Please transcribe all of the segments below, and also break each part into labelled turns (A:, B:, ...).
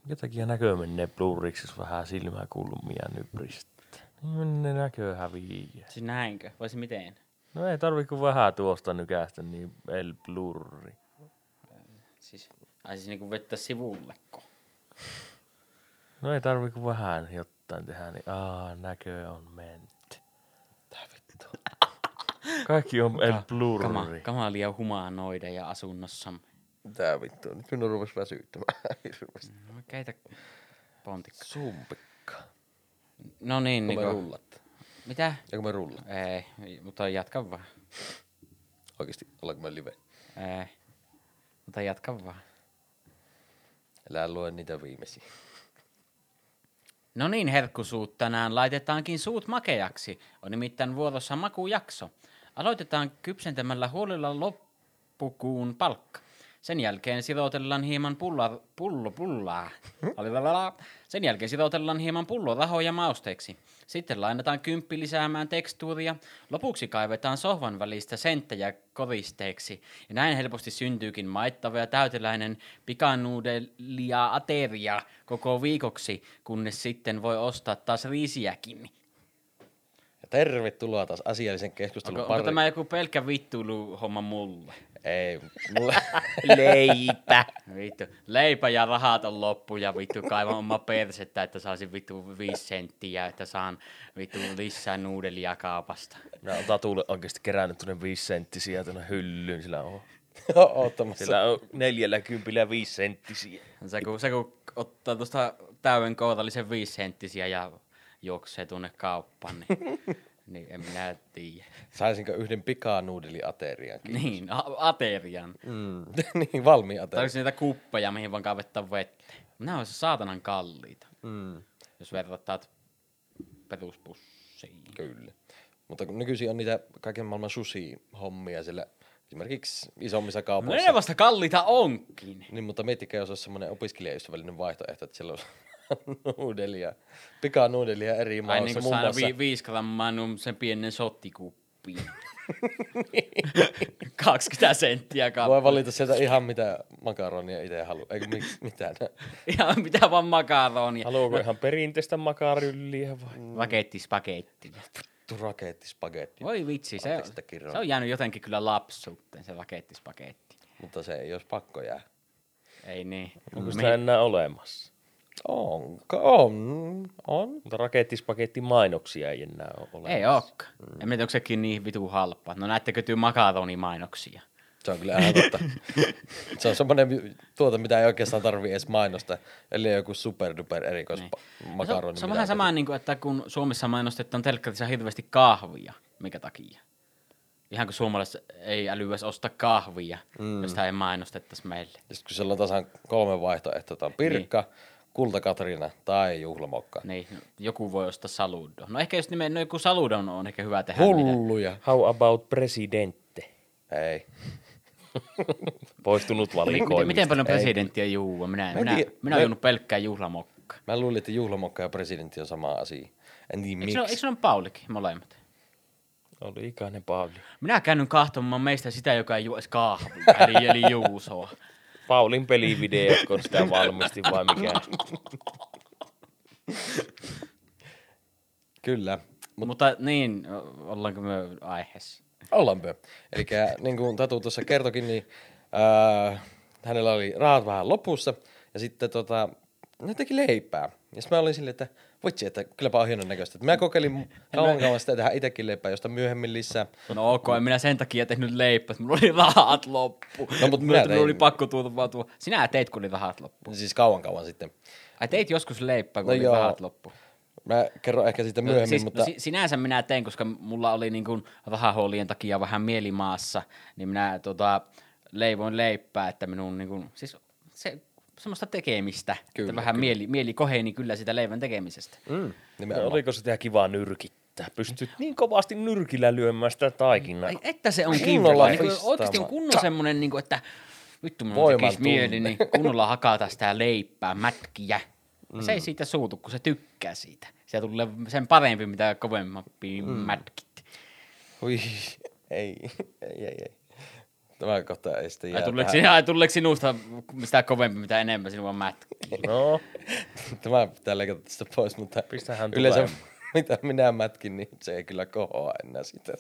A: Jotakin näkö menee blurriksi, jos vähän silmäkulmia nypristää. Niin ne näkö häviää.
B: Siis näinkö? Voisi miten?
A: No ei tarvi kuin vähän tuosta nykästä, niin el blurri.
B: Siis niinku vettä sivulleko?
A: No ei tarvi kuin vähän jotain tehdä, niin näkö on menty. Tää vittu. Kaikki on el blurri.
B: Kamalia humanoideja asunnossamme.
C: Tää vittu. Nyt minun rupes väsyyttämään hirveästi.
B: No keitä pontikka.
C: Sumpikka.
B: No niin,
C: Kun me
B: Niko.
C: rullat.
B: Mitä?
C: Eikö me rulla?
B: Ei, mutta jatka vaan.
C: Oikeesti, ollaanko me live?
B: Ei, mutta jatka vaan.
C: Älä lue niitä viimeisiä.
B: No niin, herkkusuut, tänään laitetaankin suut makeaksi. On nimittäin vuorossa makujakso. Aloitetaan kypsentämällä huolella loppukuun palkka. Sen jälkeen sirotellaan hieman pullaa. Sen jälkeen sirotellaan hieman pullorahoja mausteeksi. Sitten lainataan 10 lisäämään tekstuuria. Lopuksi kaivetaan sohvan välistä senttejä koristeeksi. Ja näin helposti syntyykin maittava ja täyteläinen pikanuudelia ateria koko viikoksi, kunnes sitten voi ostaa taas riisiäkin.
C: Ja tervetuloa taas asiallisen keskustelun
B: Onko tämä joku pelkkä vittuilu homma mulle?
C: Ei, mulle...
B: Leipä. Vittu. Leipä ja rahat on loppu ja vittu kaivan oma persettä, että saisin vittu 5 senttiä, että saan vittu lisää nuudelia kaupasta.
A: Minä olen Tatulle oikeasti kerännyt tuonne 5 senttisiä tuonne hyllyyn. Sillä on
C: Oottamassa.
A: Sillä on 40 5 senttisiä.
B: Se kun ottaa tuosta täyden kourallisen 5 senttisiä ja juoksee tuonne kauppaan, niin en minä tiedä.
C: Saisinko yhden pikanuudeliateriankin?
B: Niin, aterian.
C: Niin, valmiin
B: Tai
C: aterian.
B: onko niitä kuppeja, mihin vaan kaivettaa vettä? Nämä on saatanan kalliita, jos verrattaat peruspussiin.
C: Kyllä. Mutta kun nykyisin on niitä kaiken maailman sushi-hommia siellä esimerkiksi isommissa
B: No
C: kaupoissa.
B: ne vasta kalliita onkin.
C: Niin, mutta miettikää, jos olisi semmoinen opiskelijaystävällinen vaihtoehto, että siellä olisi nuudelia, pikanuudelia eri
B: Ai
C: maassa.
B: niin kuin
C: Muun
B: saa
C: muassa
B: 5 grammaa sen pienen shottikuppiin. 20 senttiä kappale.
C: voi valita sieltä ihan mitä makaronia itse haluaa. Eikö mitään?
B: Ihan mitä vaan makaronia.
A: Haluaako ihan perinteistä makarylliä vai?
B: Vakettispagetti.
C: Rakettispagetti.
B: Voi vitsi, se
C: Anteeksi, kirjoin.
B: on jäänyt jotenkin kyllä lapsuuteen, se vakettispagetti.
C: Mutta se ei olisi pakko jää.
B: Ei niin.
A: Onko sitä enää olemassa?
C: On.
A: Mutta rakettispaketti mainoksia ei enää ole olemassa.
B: Ei ookaan. En tiedä, onko sekin niin vitu halpaa. No näettekö tyy makaronimainoksia?
C: Se on kyllä ihan totta. Se on semmoinen tuote, mitä ei oikeastaan tarvii edes mainostaa, eli joku superduper erikois makaroni.
B: Se on vähän sama, niin kuin, että kun Suomessa mainostetaan telkkarissa hirveästi kahvia, mikä takia. Ihan kuin suomalaiset ei älyäisi ostaa kahvia, jos sitä ei mainostettaisi meille.
C: Ja sitten kun siellä on tasan 3 vaihtoehtoa, on Pirkka, Kulta Katriina tai Juhlamokka.
B: Niin, joku voi ostaa Saludo. No ehkä jos nimenomaan joku Saludo on ehkä hyvä tehdä.
C: Hulluja.
A: How about presidente?
C: Ei.
A: Poistunut valikoimista.
B: Miten paljon presidenttiä juua? Minä olen juonut pelkkää juhlamokkaa.
C: Mä luulin, että Juhlamokka ja presidentti on sama asia. En tiedä miksi.
B: Eikö ne ole Paulikin molemmat?
A: Oli ikäinen Pauli.
B: Minä käännyn kahtomaan meistä sitä, joka ei juo edes kahvia, eli juusoa.
A: Paulin pelivideot, kun sitä valmisti vai mikä?
C: Kyllä.
B: Mutta niin, ollaanko me aiheessa?
C: Ollaanpä. Eli niin kuin Tatu tuossa kertokin, niin hänellä oli rahat vähän lopussa ja sitten ne teki leipää. Ja sitten mä olin silleen, että vitsi, että kylläpä on hienon näköistä. Minä kokeilin kauan sitä tehdä itsekin leipää, josta myöhemmin lisää.
B: No ok, en minä sen takia tehnyt leipää, että mulla oli rahat loppu.
C: No, mutta minä tein.
B: Mulla oli pakko turvautua. Sinä teit, kun oli rahat loppu.
C: Siis kauan sitten.
B: Ai teit joskus leipää, kun
C: No
B: oli
C: joo.
B: rahat loppu.
C: Mä kerron ehkä siitä myöhemmin,
B: Siis,
C: mutta...
B: sinänsä minä tein, koska mulla oli niin kuin rahahuolien takia vähän mielimaassa, niin minä leivoin leipää, että minun niin kuin, siis semmoista tekemistä,
C: Kyllä,
B: että vähän
C: kyllä.
B: mieli koheni kyllä sitä leivän tekemisestä.
C: Nimenomaan.
A: Oliko sitä kiva nyrkittää? Pystyt niin kovasti nyrkillä lyömään sitä taikinaa.
B: Että se on
C: Kunnolla
B: kiva. Niin
C: fistaamaan.
B: oikeasti on kunnon semmoinen, niin kuin, että vittu minun
C: Voiman
B: tekisi
C: tunne.
B: mieli, niin kunnolla hakata sitä leipää, mätkiä. Se ei siitä suutu, kun se tykkää siitä. Se tulee sen parempi, mitä kovempi mätkit.
C: Hui, ei. Tämä kohta ei sitten jää
B: Ai tuleeko sinusta sitä kovempi, mitä enemmän sinua mätkii?
A: No,
C: Tämä pitää leikata tästä pois, mutta
A: Pistähän
C: yleensä
A: tulemaan.
C: mitä minä mätkin, niin se ei kyllä kohoa enää sitä.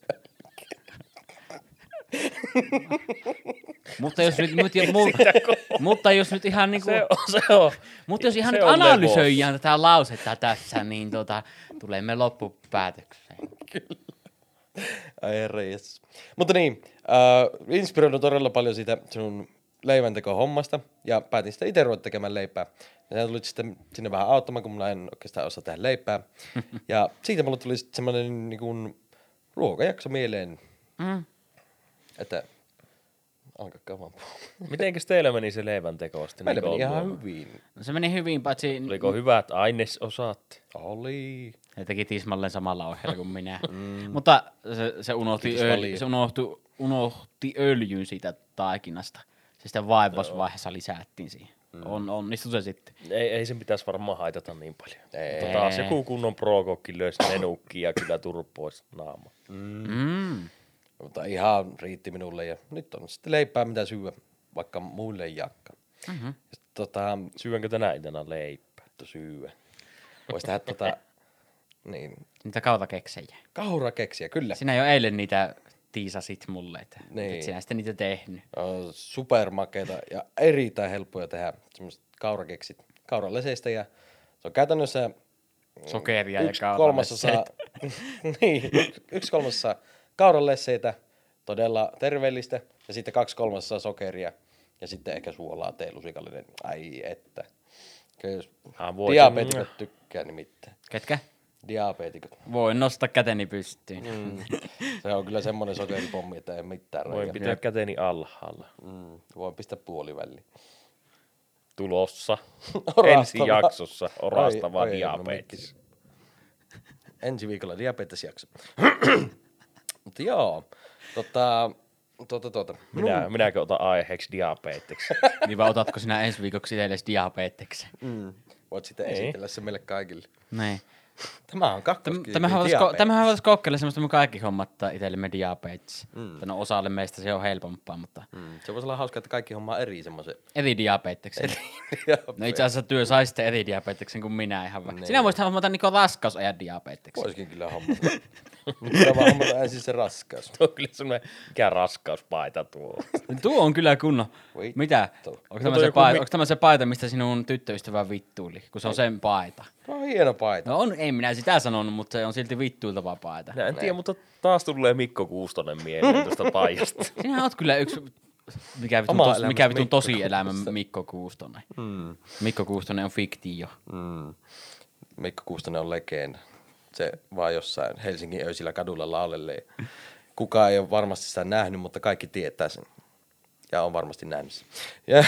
B: Mutta jos nyt, mutta jos nyt ihan niinku,
A: se on.
B: mutta jos ihan
A: se
B: nyt
A: on
B: analysoidaan tätä lausetta tässä, niin tulemme loppupäätökseen.
C: Ai herra Jeesus. Mutta niin, inspiroidun todella paljon siitä sinun leiväntekohommasta ja päätin sitä itse ruveta tekemään leipää. Ja sä tulit sitten sinne vähän auttamaan, kun mulla en oikeastaan osaa tehdä leipää. Ja siitä mulle tuli sitten semmoinen niin kuin ruokajakso mieleen, että alkaa vaan puhua.
A: Mitenkäs teillä meni se leivän sitten?
C: Meillä meni ihan hyvin.
B: No se meni hyvin, paitsi
A: Oliko hyvät ainesosat?
C: Oli.
B: he teki tismalleen samalla ohjeella kuin minä. Mutta se unohti öljyn siitä taikinasta. Se sitten vaivasvaiheessa lisättiin siihen. Onnistui se sitten.
A: Ei sen pitäisi varmaan haitata niin paljon.
C: Ei.
A: Mutta taas joku kunnon pro-kokki löysi nenukkiin ja kyllä turpoisi naama.
C: Mutta ihan riitti minulle ja nyt on sitten leipää mitä syödä, vaikka muille ei jakka.
A: Syönkö tänä iltana leipää?
C: Syödä. Voisi tehdä niin,
B: Niitä kaurakeksejä.
C: kaurakeksiä, kyllä.
B: Sinä jo eilen niitä tiisasit mulle, että
C: Niin.
B: et sinä sitten niitä tehnyt.
C: Supermakeita ja erittäin helppoja tehdä semmoiset kaurakeksit kauraleseistä ja se on käytännössä
B: Sokeria ja
C: 1/3
B: kauraleseitä.
C: niin, 1/3 kauraleseitä, todella terveellistä, ja sitten 2/3 sokeria, ja sitten ehkä suolaa, teelusikallinen. Ai että. Kyllä jos diabeetikot tykkää nimittäin.
B: Ketkä?
C: Diabeetikot.
B: Voin nostaa käteni pystyyn.
C: Se on kyllä semmoinen sokeripommi, että ei mitään
A: Voin
C: rajaa.
A: pitää käteni alhaalla.
C: Voin pistää puoliväliin.
A: Tulossa.
C: Orastava.
A: Ensi jaksossa orastava
C: Oi,
A: diabetes.
C: Ensi viikolla diabetesjakso. Mutta joo,
A: Minäkö otan aiheeksi diabeteksi?
B: Niin vai otatko sinä ensi viikoksi itsellesi diabeteksen?
C: Voit sitten esitellä se meille kaikille.
B: Niin.
C: Tämä on kakkoskivi.
B: Tämähän voitaisiin kokeilla semmoista, me kaikki hommattaa itsellemme diabetes. No osalle meistä se on helpompaa, mutta
C: Se voisi olla hauska, että kaikki hommaa eri semmoisen.
B: eri diabeteksen. No itse asiassa työ sai sitten eri diabeteksen kuin minä ihan vähän.
C: Niin.
B: Sinä voisit hommata Niko raskausajan diabeteksen.
C: Voisikin kyllä hommata. Mutta vaan hommata ensin se raskaus.
A: Tuo on kyllä semmoinen, mikä raskauspaita tuo.
B: Tuo on kyllä kunno.
C: Voi
B: Mitä?
C: vittu.
B: Onko tämä se paita, mistä sinun tyttöystävä vittuili? Kun se on sen paita.
C: Tämä on hieno paita.
B: No on, en minä sitä sanonut, mutta se on silti vittuiltava paita.
A: Minä en tiedä, mutta taas tulee Mikko Kuustonen mieleen tuosta paijasta.
B: Sinä oot kyllä yksi, mikä vitun
C: Mikko
B: tosielämän Mikko Kuustonen. Mikko Kuustonen on fiktio.
C: Mikko Kuustonen on legenda. Se vaan jossain Helsingin öisillä kadulla laulelle. Kukaan ei ole varmasti sitä nähnyt, mutta kaikki tietää sen. Ja on varmasti nähnyt sen. Ja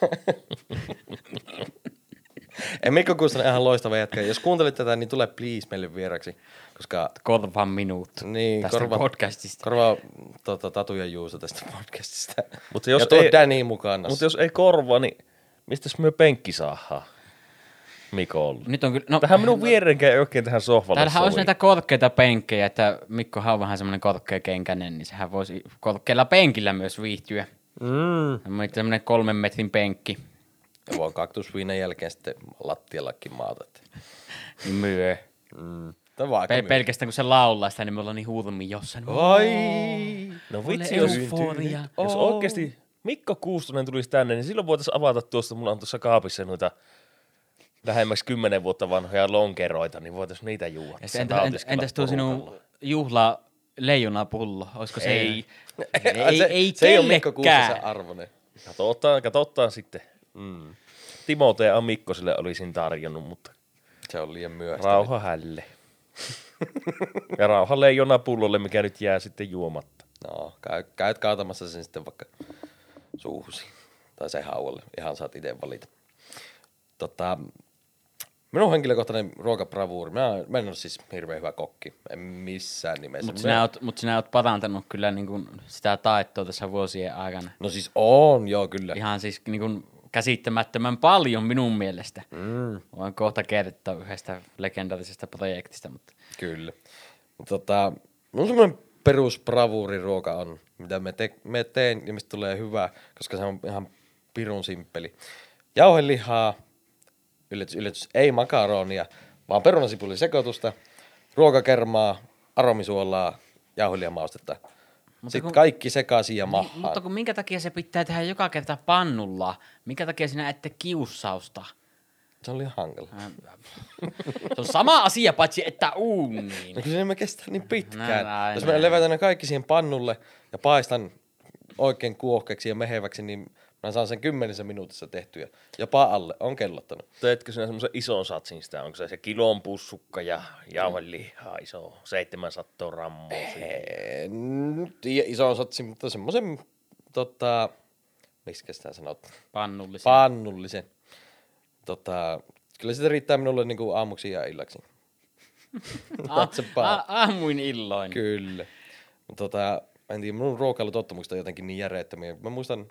C: Mikko Kuustonen on ihan loistava jätkä. Jos kuuntelit tätä, niin tule please meille vieraksi. Koska
B: Korvan minut tästä podcastista.
C: Korva Tatu ja Juuso tästä podcastista.
A: Mutta jos
C: ja tuo
A: ei-
C: Danny mukana.
A: Mutta jos ei korva, niin mistäs me penkki saadaan Mikolle?
B: Nyt on kyllä, no,
A: Tähän minun vierenkään ei oikein tähän sohvalle
B: täällähän olisi
A: sovi.
B: näitä korkeita penkkejä, että Mikkohan on vähän semmoinen korkeakenkäinen, niin sehän voisi korkealla penkillä myös viihtyä. Tämmöinen 3 metrin penkki.
C: Ja voin kaktusviinan jälkeen sitten lattiallakin maata.
B: Niin myö.
C: Tämä on vaan aika
B: Pelkästään kun se laulaa sitä, niin me ollaan niin hurmi jossain.
C: Ai!
A: No
B: Ole
A: vitsi, jos
B: euforia.
A: oikeasti Mikko Kuustonen tulisi tänne, niin silloin voitaisiin avata tuosta, mulla on tuossa kaapissa noita lähemmäksi 10 vuotta vanhoja lonkeroita, niin voitaisiin niitä juoda.
B: Ja sitten entäs tuo sinun juhla leijonapullo, olisiko se?
A: Ei.
C: Se ei ole Mikko
B: kellekään.
C: Kuustosen arvoinen.
A: Katsotaan sitten. Timote ja Mikkoselle olisin tarjonnut, mutta
C: Se on liian myöhäistä.
A: rauha hälle. Ja rauha leijonapullolle, mikä nyt jää sitten juomatta.
C: No, käyt kaatamassa sen sitten vaikka suuhusi. Tai se haualle. Ihan saat itse valita. Minun henkilökohtainen ruokabravuuri. Mä en ole siis hirveän hyvä kokki. En missään nimessä.
B: Mutta sinä oot parantanut kyllä niin kuin sitä taitoa tässä vuosien aikana.
C: No siis on, joo kyllä.
B: Ihan siis niin kuin käsittämättömän paljon minun mielestä. Voin kohta kertoa yhdestä legendaarisesta projektista. Mutta
C: Kyllä. Mutta mun semmoinen perusbravuuriruoka on, mitä me teen ja mistä tulee hyvää, koska se on ihan pirun simppeli. Jauhelihaa, yllätys, ei makaronia, vaan perunasipulisekoitusta, ruokakermaa, aromisuolaa, jauhelijamaustetta. Sitten kaikki sekaisin ja mahaan.
B: Mutta kun minkä takia se pitää tehdä joka kerta pannulla? Minkä takia sinä ette kiusausta?
C: Se oli hankala.
B: Se on sama asia, paitsi että uuniin.
C: No kun se me kestää niin pitkään.
B: Näin,
C: Jos mä levätän ne kaikki siihen pannulle ja paistan oikein kuohkeeksi ja meheväksi, niin mä saan sen 10 minuutissa tehtyä. Jopa alle, on kellottanut.
A: Teetkö sinä semmoisen ison satsin sitä? Onko se kilon pussukka ja jauhelihaa iso, 700 grammaa?
C: En tiedä ison satsin, mutta semmoisen, miksi sitä sanot? Pannullisen. Kyllä sitä riittää minulle niinku aamuksi ja illaksi.
B: Aamuin illoin.
C: Kyllä. En tiedä, minun ruokailutottumukset on jotenkin niin järjettömiä. Mä muistan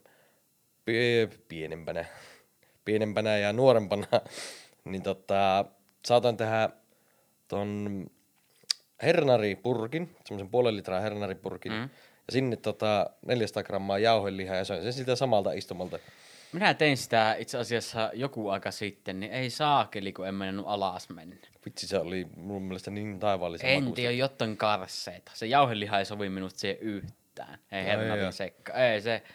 C: pienempänä ja nuorempana, niin saatoin tehdä ton hernaripurkin, semmoisen 0,5 litraa hernaripurkin, ja sinne 400 grammaa jauhelihaa, ja söin sen siltä samalta istumalta.
B: Minä tein sitä itse asiassa joku aika sitten, niin ei saakeli, kun en mennyt alas mennä.
C: Vitsi, se oli mun mielestä niin taivaallisen
B: En
C: makuista.
B: tiedä, jotain karseita. Se jauheliha ei sovi minusta siihen yhtään. Ei hernarin sekka. Ei se...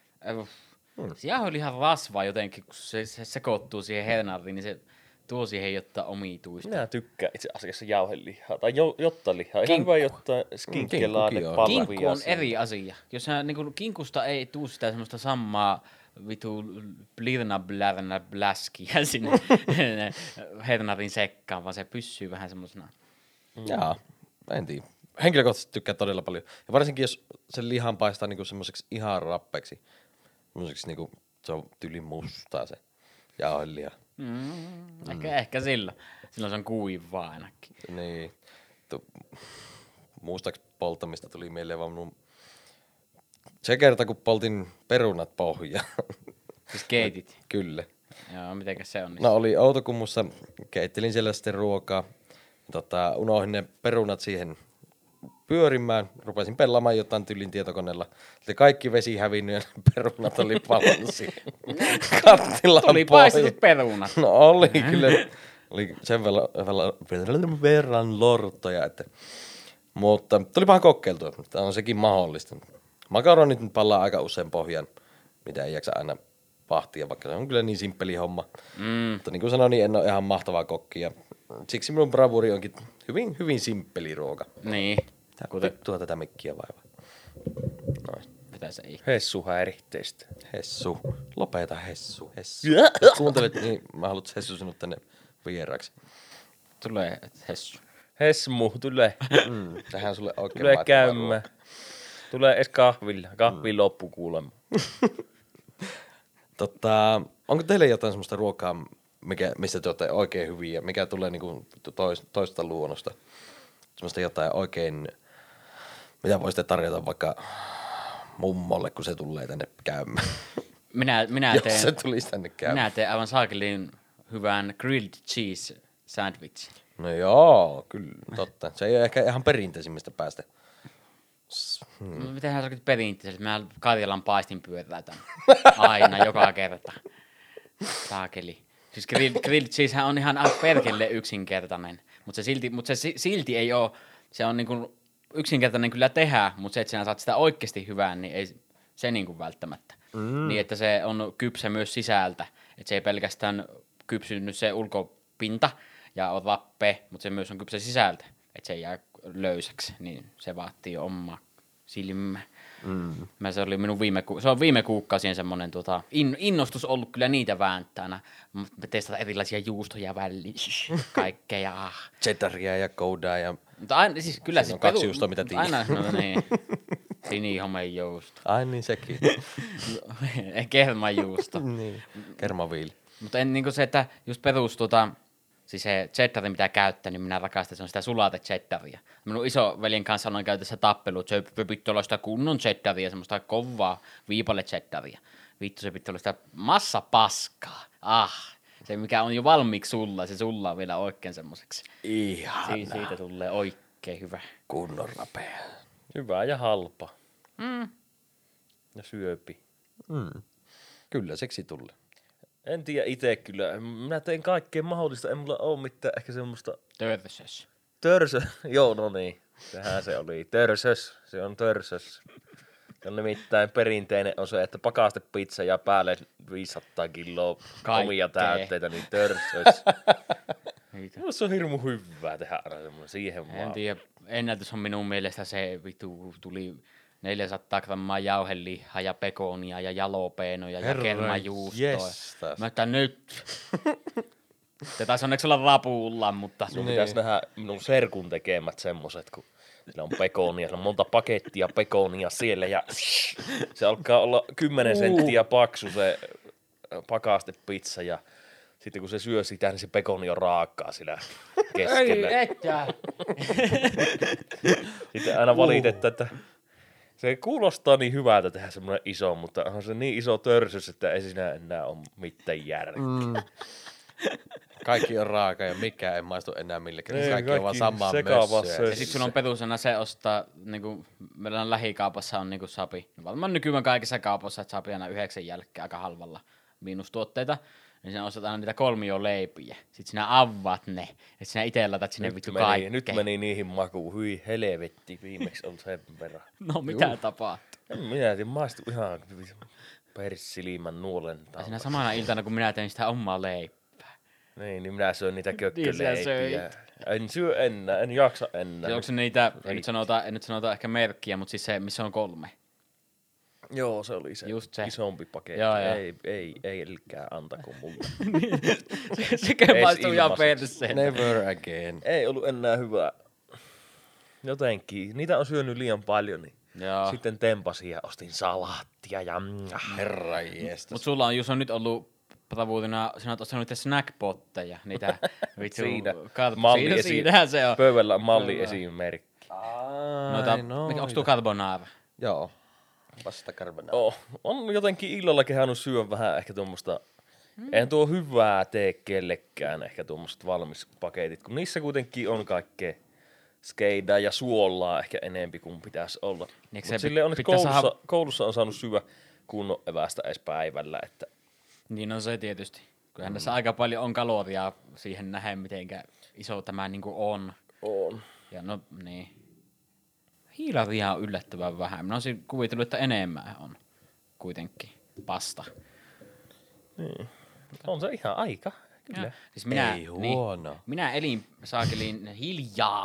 B: Se jauhelihan rasvaa jotenkin, kun se sekoittuu siihen hernariin, niin se tuo siihen jotain omituista.
A: Minä tykkään itse asiassa jauhelihaa tai jottalihaa. Ihan hyvä jotta skinkkelaade
C: Kinkkukin on.
A: palvia.
B: Kinkku on eri asia. Jos niin kinkusta ei tuu sitä semmoista samaa vitu blirna blärnä bläskiä sinne hernarin sekkaan, vaan se pysyy vähän semmosena.
C: Jaa, en tiedä. Henkilökohtaisesti tykkään todella paljon. Ja varsinkin jos sen lihan paistaa niinku semmoiseksi ihan rappeeksi. Semmoiseksi niinku, se on tyli mustaa se jauheliha.
B: Ehkä silloin. Silloin se on kuivaa ainakin.
C: Niin. Muistaakseni polttamista tuli mieleen vaan minun... Se kerta, kun poltin perunat pohjaan.
B: Siis keitit.
C: Kyllä.
B: Joo, mitenkäs se on?
C: No oli Outokummussa, keittelin siellä sitten ruokaa. Unohdin ne perunat siihen pyörimään. Rupesin pelaamaan jotain tyylin tietokoneella. Sitten kaikki vesi hävinnyt ja perunat oli palannut siihen kattilaan.
B: Oli paistetut perunat.
C: No oli kyllä. Oli sen verran lorttoja, että... Mutta tulipahan kokeiltua. Tämä on sekin mahdollista. Makaronit nyt palaa aika usein pohjaan, mitä ei jaksa aina vahtia, vaikka se on kyllä niin simppeli homma. Mutta niin kuin sanoin, niin en ole ihan mahtavaa kokkia. Siksi minun bravuri onkin hyvin, hyvin simppeli ruoka.
B: Niin.
C: Tuo tätä mikkiä vaivaa. Noin.
B: Mitä se ei?
A: Hessu häiritteistä.
C: Hessu. Lopeta Hessu. Jos kuuntelet, niin mä haluat Hessu sinut tänne vieraaksi.
B: Tulee Hessu.
A: Hesmu, tule.
C: Tähän sulle oikein
A: Tule
C: mahtavaa
A: käymään. Tule edes kahvilla. Kahvin loppu kuulemma.
C: Onko teille jotain semmoista ruokaa, mistä te olette oikein hyviä, mikä tulee niinku toista luonnosta? Semmoista jotain oikein, mitä voisitte tarjota vaikka mummolle, kun se tulee tänne käymään?
B: Minä
C: Jos
B: teen,
C: se tulisi tänne käymään.
B: minä teen aivan saakelin hyvän grilled cheese sandwich.
C: No joo, kyllä, totta. Se ei ole ehkä ihan perinteisimmistä päästä.
B: Mitenhän se onkin perinteisesti? Mä Karjalan paistinpyörää tämän. Aina, joka kerta. Saakeli. Siis grilled cheesehän on ihan perkele yksinkertainen. Mutta se silti ei ole, se on niinku yksinkertainen kyllä tehdä, mutta se, että sinä saat sitä oikeasti hyvää, niin ei se niinku välttämättä. Niin, että se on kypsä myös sisältä. Että se ei pelkästään kypsynyt se ulkopinta ja on vappe, mutta se myös on kypsä sisältä. Että se ei jää löysäksi, niin se vaatii oma silmä. Se oli minun viime kuukausien semmoinen innostus ollut kyllä niitä vääntänä. Me testataan erilaisia juustoja väliin, kaikkea.
C: Cheddaria ja goudaa ja...
B: Mutta aina, siis kyllä
C: on 2 juustoa, mitä tiedät.
B: Aina, no niin. Sinihomeen juusto.
C: Ai niin sekin.
B: Kermajuusto.
C: Niin. Kermaviili.
B: Mutta en niinku se, että just perus siis se cheddari, mitä käyttää, niin minä rakastan, se on sitä sulate cheddaria. Minun isoveljen kanssa on käytössä tappelu, että se pitää olla sitä kunnon cheddaria, semmoista kovaa viipale cheddaria. Vittu, se pitää olla sitä massapaskaa. Se mikä on jo valmiiksi sulla, se sullaa vielä oikein semmoiseksi.
C: Ihana.
B: Siitä tulee oikein hyvä.
C: Kunnon rapea.
A: Hyvä ja halpa. Ja syöpi.
C: Kyllä, seksi tulee.
A: En tiedä itse kyllä. Minä teen kaikkea mahdollista. Ei mulla ole mitään ehkä semmoista
B: Törtösös.
A: Joo, no niin. Sehän se oli. Törsös. Se on törsös. Ja nimittäin perinteinen on se, että pakastepizza ja päälle 500 kiloa omia täytteitä, niin törsös. Se on hirmu hyvää tehdä aina semmoinen siihen
B: En
A: vaan.
B: tiedä, ennätys on minun mielestä se vitu tuli 400 grammaa jauhelihaa ja pekonia ja jalopeenoja ja kermajuustoa.
C: jestas.
B: Mä että nyt. Se taisi onneksi olla rapulla, mutta
A: Sun pitäisi nähdä minun serkun tekemät semmoset, kun siellä on pekonia, siellä on monta pakettia pekonia siellä ja se alkaa olla 10 senttiä paksu se pakastepizza ja sitten kun se syö sitä, niin se pekoni on raakkaa siinä keskellä.
B: ei etkä.
A: Sitten aina valitetaan, että se kuulostaa niin hyvältä tehdä semmoinen iso, mutta on se niin iso törsys, että ei siinä enää ole mitään järkeä.
C: Kaikki on raaka ja mikään ei maistu enää millekään.
A: Ei,
C: Kaikki on vaan
A: kaikki
C: samaa
A: sekavaa
C: mössöä.
B: Ja sit sun on perusena se ostaa, niinku, meillä on lähikaupassa on niinku sapi. Varmaan nykyään kaikissa kaupoissa, että sapi aina 9 jälkeen aika halvalla miinustuotteita. Niin sinä ostat aina niitä 3 leipiä. Sitten sinä avaat ne. Ja sinä itse laitat sinne vittu kaikkea.
A: Nyt meni niihin makuun. Hyi helvetti, viimeksi on sen verran.
B: No mitä tapahtuu?
A: En minä tiedä, maistu ihan perssilimän nuolen.
B: Ja sinä samana iltana, kun minä tein sitä omaa leipää.
A: Niin minä söin niitä
B: Niin,
A: kökköleipiä.
B: sinä söit.
A: En syö enää, en jaksa enää.
B: Se onko se niitä, en nyt sanota ehkä merkkiä, mutta siis se, missä on 3.
A: Joo, se oli se,
B: Just se.
A: isompi paketti.
B: Joo, joo.
A: Ei elkää antako mulle.
B: Sekä
A: Ees
B: maistuu ihan
A: ilmaiseksi.
B: perseen.
C: Never again.
A: Ei ollut enää hyvää. Jotenkin. Niitä on syönyt liian paljon, niin
B: Joo.
A: sitten tempasin ja ostin salaattia ja
C: Herra jestas.
B: Mut sulla on just on nyt ollut bravuutina, sinä oot ostanut niitä snackpotteja, niitä vittu
A: Siinä.
B: siinähän se on.
A: Pöydällä malliesimerkki.
B: Noita, onko tuo carbonara?
C: Joo. Vasta carbonara.
A: On jotenkin illalla kehannut syödä vähän ehkä tuommoista, eihän tuo hyvää tee kellekään ehkä tuommoiset valmispaketit, kun niissä kuitenkin on kaikkea skeidaa ja suolaa ehkä enempi kuin pitäisi olla.
B: Niin,
A: Mutta silleen onneksi koulussa on saanut syödä kunnon evästä edes päivällä, että
B: Niin on se tietysti. Kyllähän tässä aika paljon on kaloria siihen nähden, mitenkä iso tämä niinku on.
A: on.
B: Ja no niin. Hiilaria on yllättävän vähän. Minä olisin kuvitellut, että enemmän on kuitenkin pasta.
A: On se ihan aika, kyllä.
B: Ja, siis minä,
C: Ei huono.
B: Niin, minä elin saakelin hiljaa.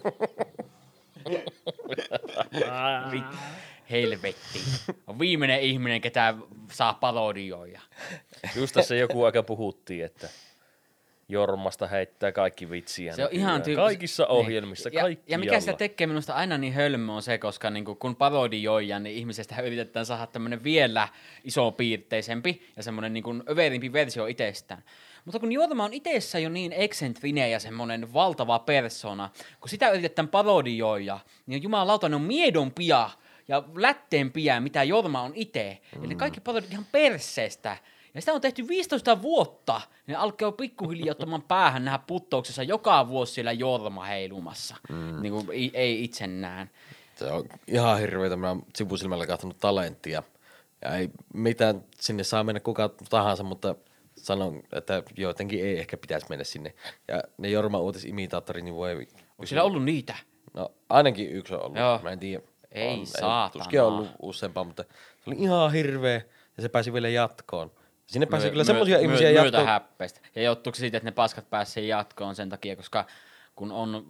B: Helvetti. On viimeinen ihminen, ketä saa parodioida.
A: Just tässä joku aika puhuttiin, että Jormasta heittää kaikki vitsiä.
B: Se on ihan
A: kaikissa ohjelmissa,
B: ja
A: kaikkialla.
B: mikä sitä tekee minusta aina niin hölmö on se, koska niinku, kun parodioidaan, niin ihmisestä yritetään saada tämmönen vielä isopiirteisempi ja semmonen niinku överimpi versio itsestään. Mutta kun Jorma on itsessä jo niin eksentrinen ja semmonen valtava persona, kun sitä yritetään parodioida, niin jumalauta, ne on miedompia ja lätteempiä, mitä Jorma on itse. Eli kaikki parodiat ihan perseestä. Ja sitä on tehty 15 vuotta. Ne alkaa pikkuhiljaa ottamaan päähän nähdä puttouksessa joka vuosi siellä Jorma heilumassa. Niin kuin ei itse näen.
C: Se on ihan hirveetä. Mä oon sivusilmällä katsonut Talenttia. Ja ei mitään sinne saa mennä kuka tahansa, mutta sanon, että jotenkin ei ehkä pitäisi mennä sinne. Ja ne Jorma uutisimitaattorit, niin voi...
B: Onko siellä ollut niitä?
C: No ainakin yksi on ollut.
B: Joo.
C: Mä en tiedä.
B: Ei saatana.
C: Tuskin on ollut useampaa, mutta se oli ihan hirveä. Ja se pääsi vielä jatkoon. Sinne pääsi kyllä semmoisia ihmisiä jatkoon.
B: Myötä häppeistä. Ja johtuuko siitä, että ne paskat pääsee jatkoon sen takia, koska kun on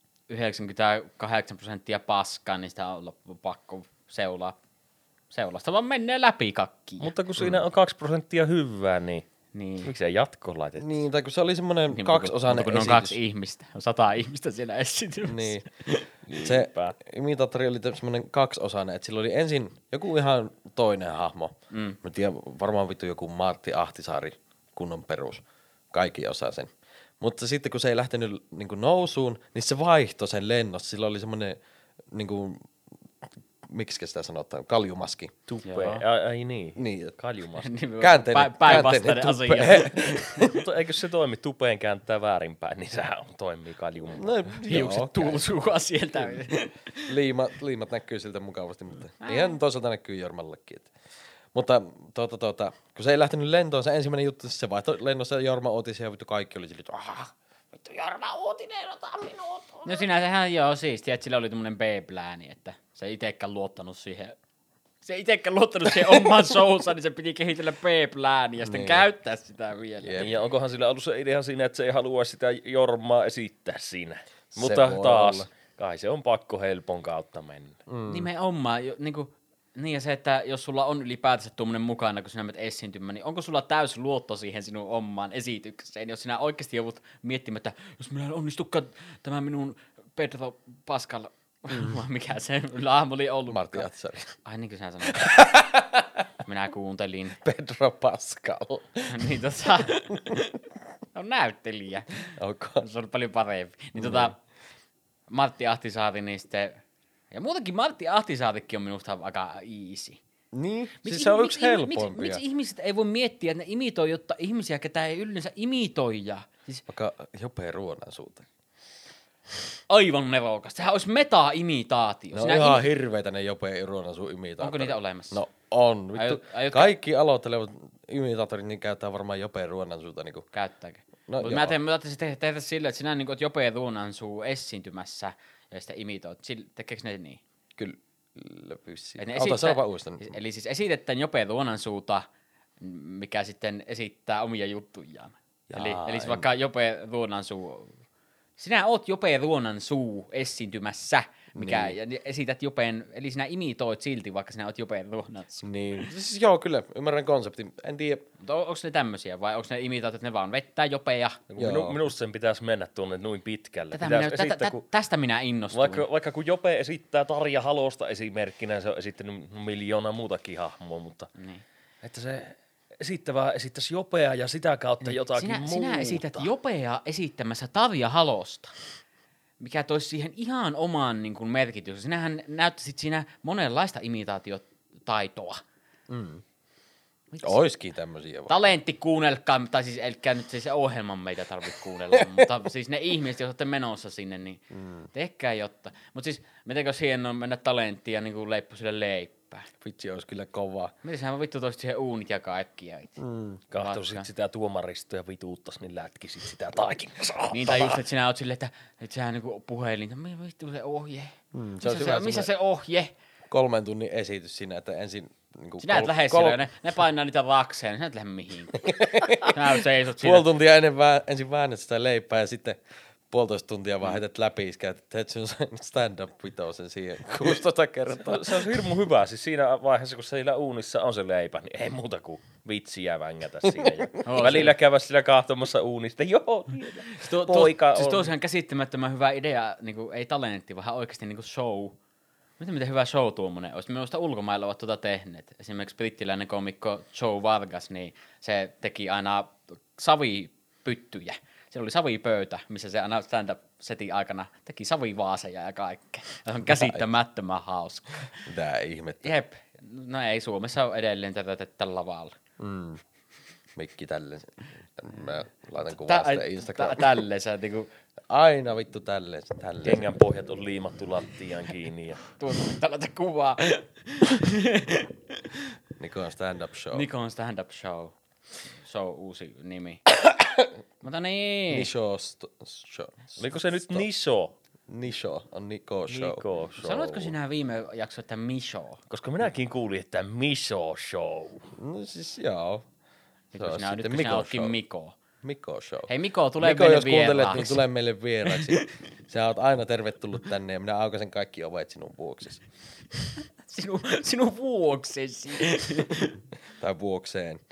B: 98% paskaa, niin sitä on pakko seulaa. Seulasta vaan menee läpi kakkiin.
A: Mutta kun siinä on 2% hyvää, niin miksei jatkoon laitettu?
C: Niin, tai kun se oli semmoinen
B: Niin,
C: kaksiosainen
B: kun on
C: esitys.
B: 2 ihmistä, on 100 ihmistä siellä esityksessä.
C: Niin. Se imitaattori oli semmoinen kaksiosainen, että sillä oli ensin joku ihan toinen hahmo. Mä tiedän, varmaan vittu joku Martti Ahtisaari, kunnon perus. Kaikki osaa sen. Mutta sitten kun se ei lähtenyt niin kuin nousuun, niin se vaihtoi sen lennosta. Sillä oli semmoinen, niin kuin, miksi sitä sanotaan, kaljumaski.
A: Tupea. Ai niin.
C: Niin.
A: Kaljumaski.
B: Päinvastainen asia.
A: Mutta eikö se toimi? Tupeen kääntää väärinpäin, niin sehän toimii kaljumaski.
C: No,
B: Hiukset tuulsuaa sieltä.
C: liimat näkyy siltä mukavasti, mutta ihan toisaalta näkyy Jormallekin. Mutta kun se ei lähtenyt lentoon, se ensimmäinen juttu, se vaihtoi lennossa Jorma Uutisia ja vittu kaikki oli sille, että vittu Jorma Uutinen, ota minut.
B: No sinänsähän joo siistiä, että sillä oli tämmönen B-plääni, että se ei itekään luottanut siihen. Se ei itekään luottanut siihen omaan showsaan, niin se piti kehitellä B-plääniä ja sitten käyttää sitä vielä.
A: Jep. Ja onkohan sillä ollut se idea siinä, että se ei halua sitä Jormaa esittää siinä. Mutta taas, kai se on pakko helpon kautta mennä.
B: Nimenomaan, niin ja se, että jos sulla on ylipäätänsä tuommoinen mukana, kun sinä menet esiintymään, niin onko sulla täys luotto siihen sinun omaan esitykseen, jos sinä oikeasti joudut miettimään, että jos minä en onnistukaan tämä minun Pedro Pascal, mikä se hahmo oli ollut.
C: Martti Atsari.
B: Ai niin kuin sinä sanoit. Minä kuuntelin.
C: Pedro Pascal.
B: Niin on näyttelijä.
C: Okay.
B: Se on paljon parempi. Niin Martti Ahtisaari, niin sitten, ja muutenkin Martti Ahtisaarikin on minusta aika easy.
C: Niin, siis se on yksi helpompia.
B: Miksi ihmiset ei voi miettiä, että ne imitoi, jotta ihmisiä, ketä ei yleensä imitoija. Siis
C: vaikka Jope Ruonansuuta.
B: Aivan nerokas. Sehän olisi meta-imitaatio.
C: No ihan hirveitä ne Jope Ruonansuun imitaattorit.
B: Onko niitä olemassa?
C: No on. Vittu. Kaikki aloittelevat imitaattorit niin käyttää varmaan Jope Ruonansuuta. Niin
B: käyttääkö?
C: No
B: mä ajattelin tehdä sillä, että sinä oot Jope Ruonansuu esiintymässä ja sitten imitoit. Tekeekö ne niin?
C: Kyllä. Vissiin.
B: Ota
C: sanopaa uudestaan.
B: Eli siis esitetään Jope Ruonansuuta, mikä sitten esittää omia juttujaan. Eli vaikka Jope Ruonansuu, sinä oot Jope Ruonansuu esiintymässä, mikä, niin. Ja esität Jopeen, eli sinä imitoit silti, vaikka sinä oot Jope Ruonansuu.
C: Niin, siis joo kyllä, ymmärrän konseptin, en tiedä.
B: Onko ne tämmöisiä vai onko ne imitaatiot, ne vaan vettää Jopea?
A: Minusta sen pitäisi mennä tuonne noin pitkälle.
B: Tästä minä innostuin.
A: Vaikka kun Jope esittää Tarja Halosta esimerkkinä, se on esittänyt miljoonaa muutakin hahmoa, mutta
B: niin.
A: Että se esittäisi Jopea ja sitä kautta jotakin muuta.
B: Sinä esität Jopea esittämässä Tarja Halosta, mikä toisi siihen ihan oman niin kuin, merkityksen. Sinähän näyttäisit siinä monenlaista imitaatiotaitoa.
C: Oiskin tämmöisiä.
B: Talentti kuunnelkaa, tai siis elkää nyt se ohjelman meitä tarvitse kuunnella, mutta siis ne ihmiset, jos olette menossa sinne, niin tehkää jotta. Mutta siis, mitenkö hienoa mennä talenttiin ja niin leippusille leipää?
C: Vitsi, olisi kyllä kovaa.
B: Miten sähän vittu toisit siihen uunit ja kaikkia itse?
A: Kahtoisit sitä tuomaristoa ja vituuttas, niin lätkisit sitä taikinassa.
B: Niin, tai just, että sinä oot silleen, että sehän niinku puhelinta, vittu se ohje. Missä se ohje?
C: 3 tunnin esitys siinä, että ensin... Niin
B: sinä et lähde siellä, ne painaa niitä rakseja, niin sinä et lähde mihinkään. Sinä seisot siinä.
C: Puoli tuntia ensin väännät sitä leipää ja sitten 1,5 tuntia vaan heität läpi iskä, että teet sun stand-up-vitosen siihen 16 kertaa.
A: Se on hirmu hyvä, siis siinä vaiheessa, kun siellä uunissa on se leipä, niin ei muuta kuin vitsiä vängätä siinä. Välillä käydä siinä kahtomassa uunista, joo, poika on.
B: Siis tuo on ihan käsittämättömän hyvä idea, niin kuin, ei talentti, vaan oikeasti niin kuin show. Miten hyvä show tuommoinen olisi? Minusta ulkomailla ovat tuota tehneet. Esimerkiksi brittiläinen komikko Joe Vargas, niin se teki aina savipyttyjä. Siellä oli savipöytä, missä se aina stand-up-setin aikana teki savivaaseja ja kaikkea. Se on käsittämättömän hauska.
C: Mitä ihmettä.
B: Jep. No ei, Suomessa on edelleen tällä lavalla.
C: Mikki tälleen. Mä laitan kuvaa sitä Instagramiin.
B: Tälleen sä niinku...
C: Aina vittu tälleen.
A: Kengän pohjat on liimattu lattiaan kiinni. Ja...
B: Tällaista kuvaa.
C: Nikon stand-up show.
B: Nikon stand-up show. Se on uusi nimi. Mutta niin.
C: Nisho show.
A: Oliko se nyt Nisho?
C: Nisho on Niko show.
B: Sanoitko sinä viime jakso, että Misho?
A: Koska minäkin kuulin, että Misho show.
C: No siis joo.
B: Nyt sinä ootkin Miko.
C: Mikko show.
B: Hei Mikko, tulee meille
C: jos kuuntelet,
B: vieraaksi.
C: niin tulee meille vieraaksi. Sä oot aina tervetullut tänne ja minä aukaisen kaikki ovet sinun vuoksesi.
B: Sinun vuoksesi.
C: Tai vuokseen.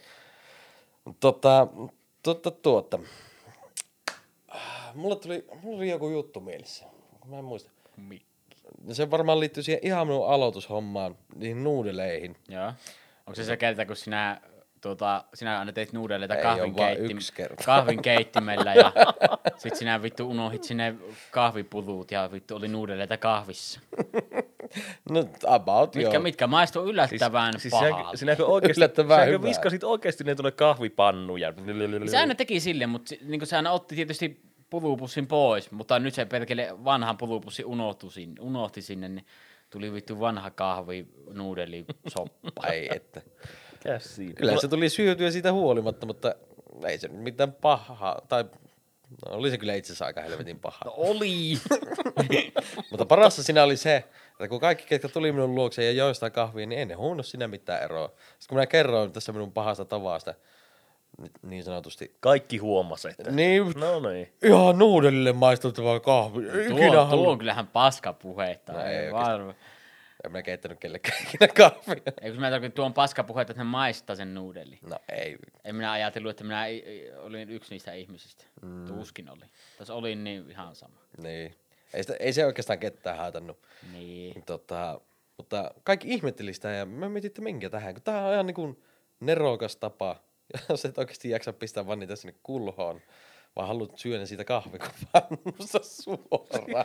C: Mulla oli joku juttu mielessä. Mä en muista. Se varmaan liittyy siihen ihan minun aloitushommaan, niihin nuudeleihin.
B: Joo. Onko se kerta, kun sinä aina teit nuudeleita kahvinkeittimellä ja sit sinä vittu unohit sinne kahvipudut ja vittu oli nuudeleita kahvissa.
C: No about joo.
B: Mitkä maistuu yllättävän pahalta.
A: Sinäkö viskasit oikeasti ne tuonne kahvipannuja?
B: Se aina teki silleen, mutta niin se aina otti tietysti pulupussin pois, mutta nyt se perkele vanhan pulupussin unohti sinne, niin tuli vittu vanha kahvi nuudeli soppa.
C: Ei että.
A: Mikäs siinä?
C: Kyllä se tuli syötyä siitä huolimatta, mutta ei se mitään pahaa. Tai no, oli se kyllä itse asiassa aika helvetin pahaa.
B: No oli!
C: Mutta parasta siinä oli se, että kun kaikki, ketkä tuli minun luokse ja joi sitä kahvia, niin ei ne huomannut siinä mitään eroa. Sitten kun minä kerroin tässä minun pahasta tavasta, niin sanotusti.
A: Kaikki huomasi, että...
C: Niin,
A: No niin.
C: ihan nuudelille maistuttavaa kahvi.
B: Tuo on kyllähän paskapuhetta.
C: No ei
B: varma.
C: En minä keittänyt kellekään ikinä kahvia.
B: Ei kun mä tarkoitan, tuon paskapuhetta, että ne maistaa sen nuudeli.
C: No ei.
B: En minä ajatellut, että minä olin yksi niistä ihmisistä. Tuskin oli. Tässä olin niin ihan sama.
C: Niin. Ei se oikeastaan ketään haitannut.
B: Niin.
C: Mutta kaikki ihmetteli sitä ja mä mietin, että minkä tähän. Kun tää on ihan niin nerokas tapa. Jos et oikeasti jaksa pistää vaan niitä sinne kulhoon, vaan haluat syödä siitä kahvikupannussa suoraan.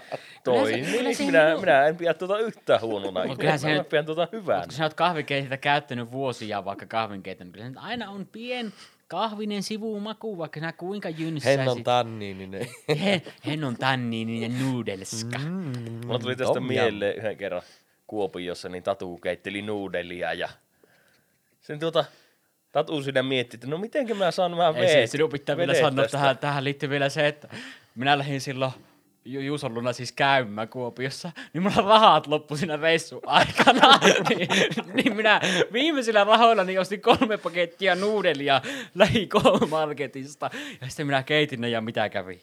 A: Minä en pidä tuota yhtään huonona. Mä pidän tuota hyvänä.
B: Kun sä oot kahvikeitintä käyttänyt vuosia vaikka kahvinkeiton, niin kyllä se aina on pien kahvinen sivumaku, vaikka nää kuinka jynsäisit.
C: Hennon tanniininen.
B: Hennon tanniininen nuudelska.
A: Mulla tuli tästä mieleen yhden kerran Kuopiossa, niin Tatu keitteli nuudelia ja sen Tatu siinä mietti, että no mitenkä mä saan vähän
B: Ei sinun pitää vielä sanoa, tähän liittyy vielä se, että minä lähdin silloin Juuson luona siis käymään Kuopiossa, niin mulla rahat loppu siinä reissun aikana. niin minä viimeisillä rahoilla niin ostin 3 pakettia nuudelia lähi-marketista ja sitten minä keitin ne ja mitä kävi.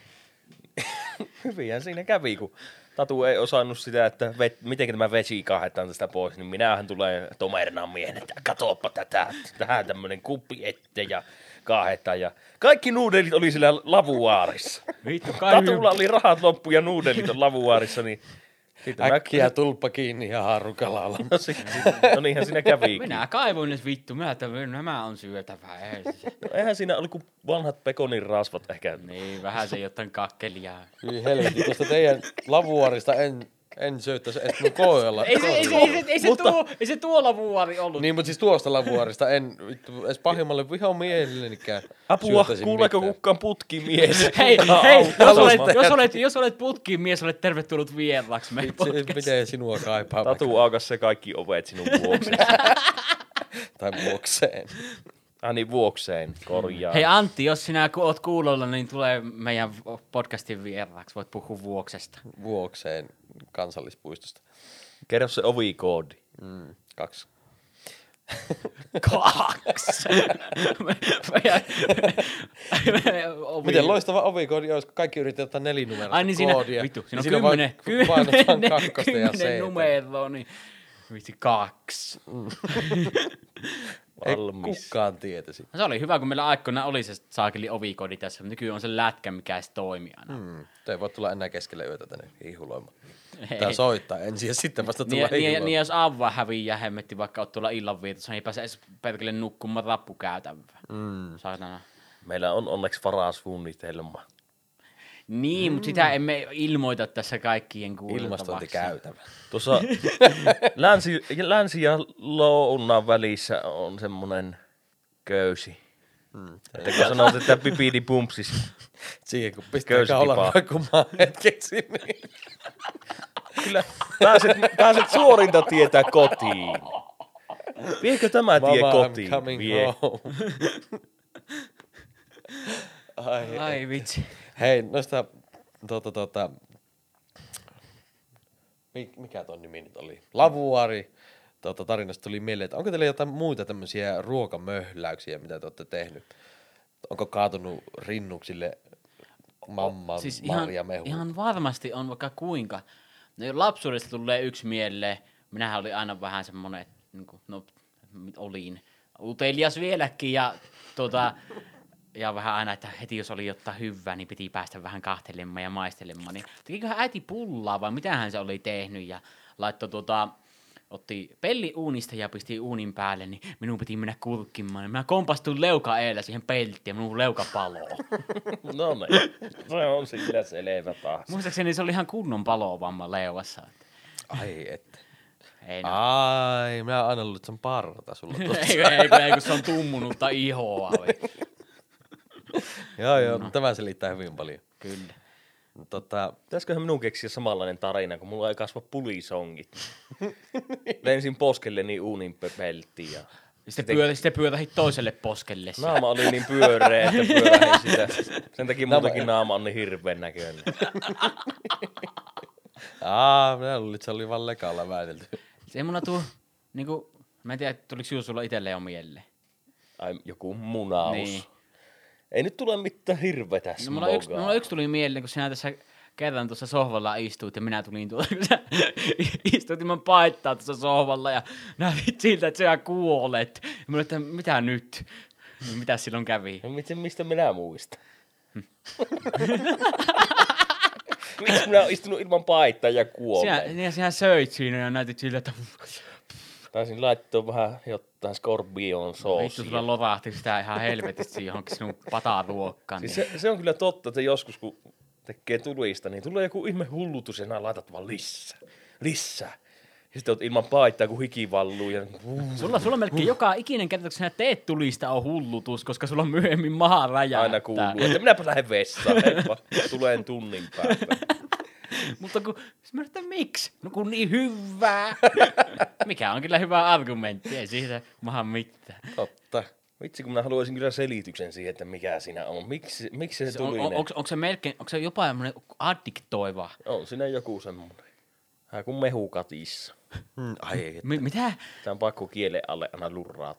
A: Hyvinhän siinä kävi, kun Tatu ei osannut sitä, että miten tämä vesi kaahetaan tästä pois, niin minähän tulee tomerina miehen, että katoppa tätä, tähän tämmönen kuppi ette ja kaahetaan. Ja kaikki nuudelit oli siellä lavuaarissa. Tatulla oli rahat loppu ja nuudelit on lavuaarissa, niin...
C: Äkkiä tulppa kiinni ja haarukala.
A: No niinhän siinä kävi.
B: Minä kaivoin ne vittu, nämä on syötävää.
A: Eihän siinä oli kuin vanhat pekonin rasvat ehkä.
B: Niin, vähän se jotain kakkelia.
C: Hyi helvetti, tuosta teidän lavuaarista en syöttäisi edes mun koella.
B: Ei se tuo lavuaari ollut.
C: Niin, mutta siis tuosta lavuaarista en edes pahimmalle vihan mielellänikään.
A: Apua, kuuleeko kukaan putkimies?
B: Hei, jos olet putkimies, olet tervetullut vieraaksi meidän podcastiin.
C: Miten sinua kaipaa?
A: Tatu aukas se kaikki ovet sinun vuokseen.
C: Tai vuokseen.
A: Niin vuokseen, korjaa.
B: Hei Antti, jos sinä oot kuulolla, niin tulee meidän podcastin vieraaksi. Voit puhua vuoksesta.
C: Vuokseen kansallispuistosta.
A: Kerro se ovikoodi.
C: 2.
B: 2.
C: Miten loistava ovikoodi olisi, kun kaikki yritetään ottaa 4-numeroista
B: ai niin siinä,
C: koodia.
B: vittu, siinä on 10 numeroa, niin vittu 2.
C: Ei kukaan tietäisi.
B: Se oli hyvä, kun meillä aikoina oli se saakeli ovikoodi tässä, mutta nykyään on se lätkä, mikä se toimii aina.
C: Ei voi tulla enää keskelle yötä tänne hiihuloimaan. Tää soittaa ensin ja sitten vasta tulla
B: hiihuloimaan. Niin jos Avva häviää hemmetti, vaikka oot tuolla illanvietossa, niin ei pääse edes perkele nukkumaan rappukäytävää. Saatana.
A: Meillä on onneksi varasuunnitelma.
B: Niin, mutta sitä emme ilmoita tässä kaikkien kuultavaksi.
C: Ilmastointikäytävä.
A: Tuossa länsi ja lounaan välissä on semmonen köysi. Että kun sanot, että pipidi pumpsis.
C: Siihen kun pistää kaulan roikkumaan hetkeksi, niin...
A: Kyllä pääset suorinta tietää kotiin. Viekö tämä tie kotiin? Vie.
B: Ai vitsi.
C: Hei, noista mikä ton nimi nyt oli? Lavuaari. Tarinasta tuli mieleen, että onko teillä jotain muita tämmöisiä ruokamöhläyksiä, mitä te olette tehnyt? Onko kaatunut rinnuksille mamman
B: siis
C: marjamehu?
B: Ihan varmasti on vaikka kuinka. No, lapsuudesta tulee yksi mieleen. Minähän olin aina vähän semmonen, että olin utelias vieläkin ja vähän aina, että heti jos oli jotain hyvää, niin piti päästä vähän kahtelemaan ja maistelemaan. Niin tekiköhän äiti pullaa vai mitähän se oli tehnyt ja laittoi otti pelli uunista ja pisti uunin päälle, niin minun piti mennä kurkkimaan. Minä kompastuin leuka eellä siihen pelttiin ja minun leuka paloo.
A: No niin, se on sillä selvä taas.
B: Muistaakseni se oli ihan kunnon palovamma leuassa.
C: Ai että.
B: Ei, no.
C: Ai, minä aina luulen, että se on parta sulla tuossa.
B: ei, kun se on tummunutta ihoa.
C: Joo, tämä selittää hyvin paljon.
B: Kyllä.
A: Pitäisiköhän minun keksiä samanlainen tarina, kun mulla ei kasva pulisongit. Lensin poskelleni uunin pelttiin ja
B: Sitten pyörähit toiselle poskelle.
A: Naama oli niin pyöreä, että pyörähin sitä. Sen takia muutenkin naama on niin hirveän näköinen.
C: Minä luulin, että se oli vaan lekalla väitelty.
B: Se mulla tuu, niinku, mä en tiedä, tuliko sulla itselleen jo mieleen.
A: Ai, joku munaus.
B: Niin.
A: Ei nyt tule mitään hirvetä
B: No, mulla yksi tuli mieleen, kun sinä tässä kerran tuossa sohvalla istuit ja minä tulin tuolla, kun sä istuit ilman paittaa tuossa sohvalla ja näytit siltä, että sä kuolet. Ja mä olin, että mitä nyt? Mitä silloin kävi?
A: No, mistä minä muistan? Miksi minä olen istunut ilman paittaa ja kuolleen?
B: Sinä söit siinä ja näytit siltä, että...
A: Taisin laittaa vähän jotain skorpion soosia.
B: Vittu, sulla lorahti sitä ihan helvetisti johonkin sinun pataruokkaan.
A: Siis se on kyllä totta, että joskus kun tekee tulista, niin tulee joku ihme hullutus ja laitat vaan lisää. Ja sitten oot ilman paittaa, kun hiki valluu. Ja...
B: Sulla melkein joka ikinen kerta, kun sinä teet tulista, on hullutus, koska sulla on myöhemmin maha räjähtää.
A: Aina kuuluu, että minäpä lähden vessaan. Tulen tunnin päästä.
B: Mutta kun, mä että miksi? No kun niin hyvää. Mikä on kyllä hyvä argumentti, ei siitä maha mitään.
C: Totta.
A: Vitsi, kun minä haluaisin kyllä selityksen siihen, että mikä siinä on. Miksi se tuli?
B: Onko se jopa semmoinen addiktoiva?
A: On siinä joku semmoinen. Hän kuin mehukatissa.
C: Ai,
B: Mitä?
A: Tämä on pakko kielen alle aina lurraa.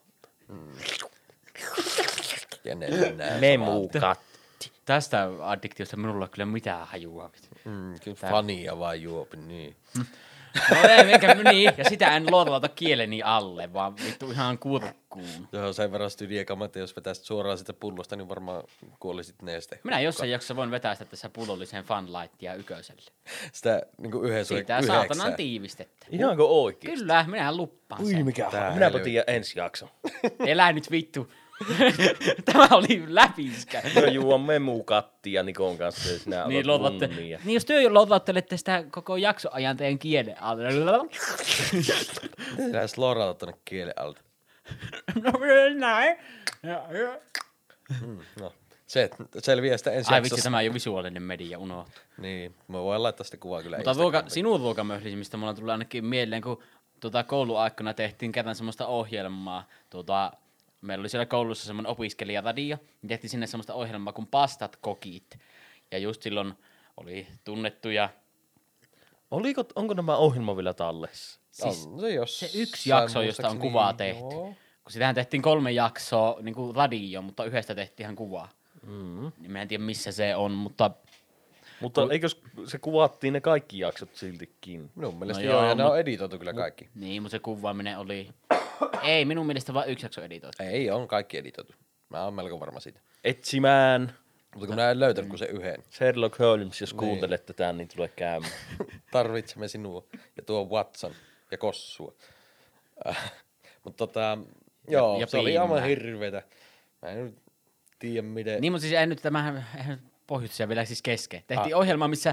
A: Memukatti.
B: Tästä addiktiosta minulla on kyllä mitään hajua.
C: Kyllä fania vaan juopi, niin.
B: No eikä niin, ja sitä en lorlauta kieleni alle, vaan vittu ihan kurkkuun.
C: Joo, sen verran stydiekamat, jos vetäisit suoraan sitä pullosta, niin varmaan kuolisit neste.
B: Minä jossain jaksossa voin vetää sitä tässä pullolliseen Funlightia Yköselle.
C: Sitä niinku yhdessä
B: Siitä saatanan tiivistettä.
A: Ihanko oikeesti?
B: Kyllä, minähän luppaan
A: Ui,
B: sen.
A: mikä minäpä tiedän ensi jakson.
B: Elä nyt vittu. Tämä oli läpiskä.
A: Mä juon memukattia Nikon kanssa ja sinä
B: Niin,
A: alat runnia.
B: niin jos työ lotauttelette sitä koko jaksoajan teidän kielen alle.
C: Sinä slorata tonne kielen alta.
B: No näin.
C: No, se selviää sitä ensi
B: Ai
C: jaksossa.
B: vitsi, tämä ei ole visuaalinen media, unohtuu.
C: Niin, mä voin laittaa sitä kuvaa kyllä.
B: Mutta sinun ruokamöhlisimistä mulla tuli ainakin mieleen, kun kouluaikana tehtiin kerran semmoista ohjelmaa. Meillä oli siellä koulussa semmoinen opiskelijaradio, niin tehtiin sinne semmoista ohjelmaa kuin Pastat kokit. Ja just silloin oli tunnettuja...
A: Onko nämä ohjelma vielä tallessa?
B: Siis
C: se
B: yksi jakso, josta on kuvaa tehty. Joo. Kun sitähän tehtiin 3 jaksoa niin kuin radio, mutta yhdestä tehtiin ihan kuvaa. Niin mä en tiedä missä se on, mutta...
A: Mutta eikö se kuvattiin ne kaikki jaksot siltikin?
C: Minun mielestä joo, ja ne on editoitu kyllä kaikki.
B: Niin, mutta se kuvaaminen oli... Ei, minun mielestä vaan 1 jakso editoitu.
C: Ei, on kaikki editoitu. Mä oon melko varma siitä.
A: Etsimään.
C: Mutta kun minä en löytänyt kuin se yhden.
A: Sherlock Holmes, jos kuuntelet tätä, niin tulee käymään.
C: Tarvitsemme sinua ja tuo Watson ja Kossua. Mutta joo,
B: ja
C: se oli
B: Piimää.
C: aivan hirveetä. Mä en nyt tiedä miten...
B: Niin, mutta siis ei nyt tämähän pohjustuksia vielä siis kesken. Tehtiin ohjelma, missä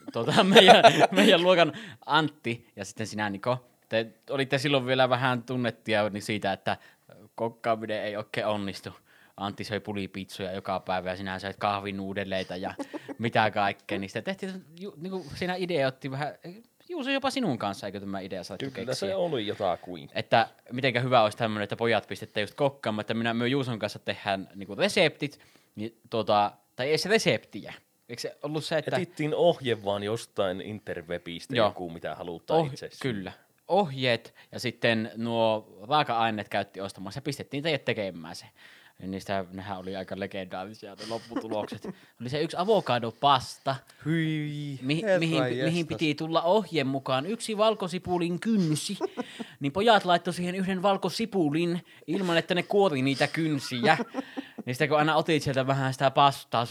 B: meidän luokan Antti ja sitten sinä Niko, te olitte silloin vielä vähän tunnettuja niin siitä, että kokkaaminen ei oikein onnistu. Antti söi pulipitsoja joka päivä ja sinä söit kahvinuudeleita ja mitä kaikkea. Niin sitä tehtiin, niin kuin siinä idea otti vähän, Juuso jopa sinun kanssa, eikö tämä idea saatu keksiä?
A: Kyllä se oli jotakuin.
B: Että mitenkä hyvä olisi tämmöinen, että pojat pistetään just kokkaamaan, että me Juuson kanssa tehdään niinku reseptit, niin tai ei se reseptiä. Eikö se ollut se, että...
A: Etittiin ohje vaan jostain interwebistä, joku mitä halutaan itse.
B: Kyllä. Ohjeet ja sitten nuo raaka-aineet käytti ostamassa ja pistettiin teidät tekemään se. Niistä nehän oli aika legendaarisia ne lopputulokset. Oli se yksi avokadopasta,
C: Hyi,
B: mihin piti tulla ohje mukaan 1 valkosipulin kynsi. Niin pojat laittoi siihen 1 valkosipulin ilman, että ne kuori niitä kynsiä. Niin sitten kun aina otit sieltä vähän sitä pastaa,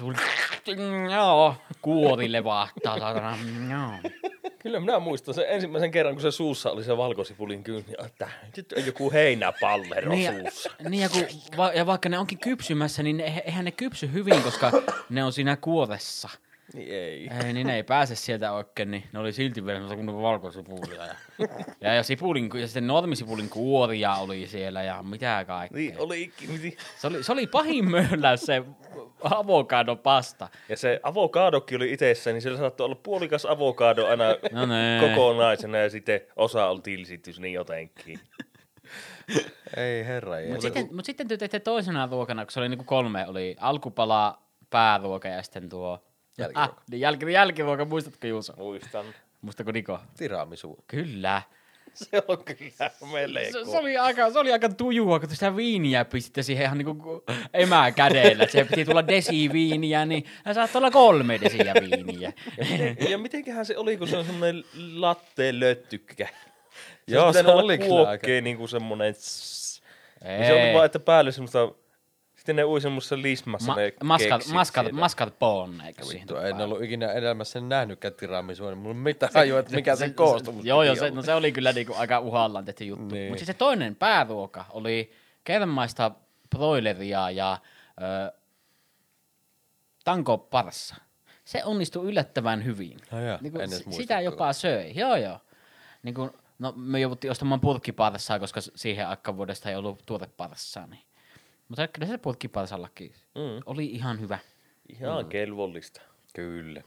B: kuorille vahtaa.
A: Kyllä minä muistan sen ensimmäisen kerran, kun se suussa oli se valkosipulin kynni, että nyt on joku heinäpallero suussa.
B: Niin ja vaikka ne onkin kypsymässä, niin eihän ne kypsy hyvin, koska ne on siinä kuoressa.
A: Niin ei.
B: Ei, niin ne ei pääse sieltä oikein, niin ne oli silti vielä semmoista kunnon valkosipulia. Ja sitten normisipulin kuoria oli siellä ja mitä kaikkea.
A: Niin olikin.
B: Se oli pahin mölläys se avokadopasta.
A: Ja se avokadokin oli itsessä, niin siellä saattoi olla puolikas avokado aina kokonaisena ja sitten osa oli tilsitys niin jotenkin.
C: Ei herra.
B: Mut sitten te teitte toisena ruokana, kun se oli niinku 3, oli alkupala, pääruoka ja sitten tuo...
C: Jälkiruoka.
B: Niin jälkiruoka, muistatko Juuso?
A: Muistan.
B: Muistatko Niko?
C: Tiramisu.
B: Kyllä.
A: Se on kyllä melko.
B: Se oli aika tujua, kun sitä viiniä pistitte siihen ihan niinku emäkädellä. Se piti tulla desiviiniä, niin saattoi olla 3 desiä viiniä.
A: Ja mitenköhän se oli, kun se on semmoinen latteen löttykkä.
C: Joo, se oli kyllä aika.
A: niinku semmonen... Ja se oli vaan, että päälle semmoista... Sitten ne ui semmoisessa lismassa ne keksit
B: mascarpone, eikö siihen
C: Vittu, en ollut ikinä elämässä nähnytkään tiramisua, niin mulla on mitään hajua, että mikä sen koostumus.
B: Joo, se oli kyllä niinku aika uhallaan tehty juttu. Niin. Mutta siis se toinen pääruoka oli kermaista broileria ja tango parsa. Se onnistui yllättävän hyvin. Niinku, sitä jopa söi, joo. Niinku, no me jouduttiin ostamaan purkkiparsaa, koska siihen aikaan vuodesta ei ollut tuoteparsaa, niin. Mutta kyllä se purkkiparsallakin oli ihan hyvä.
A: Ihan kelvollista.
C: Kyllä.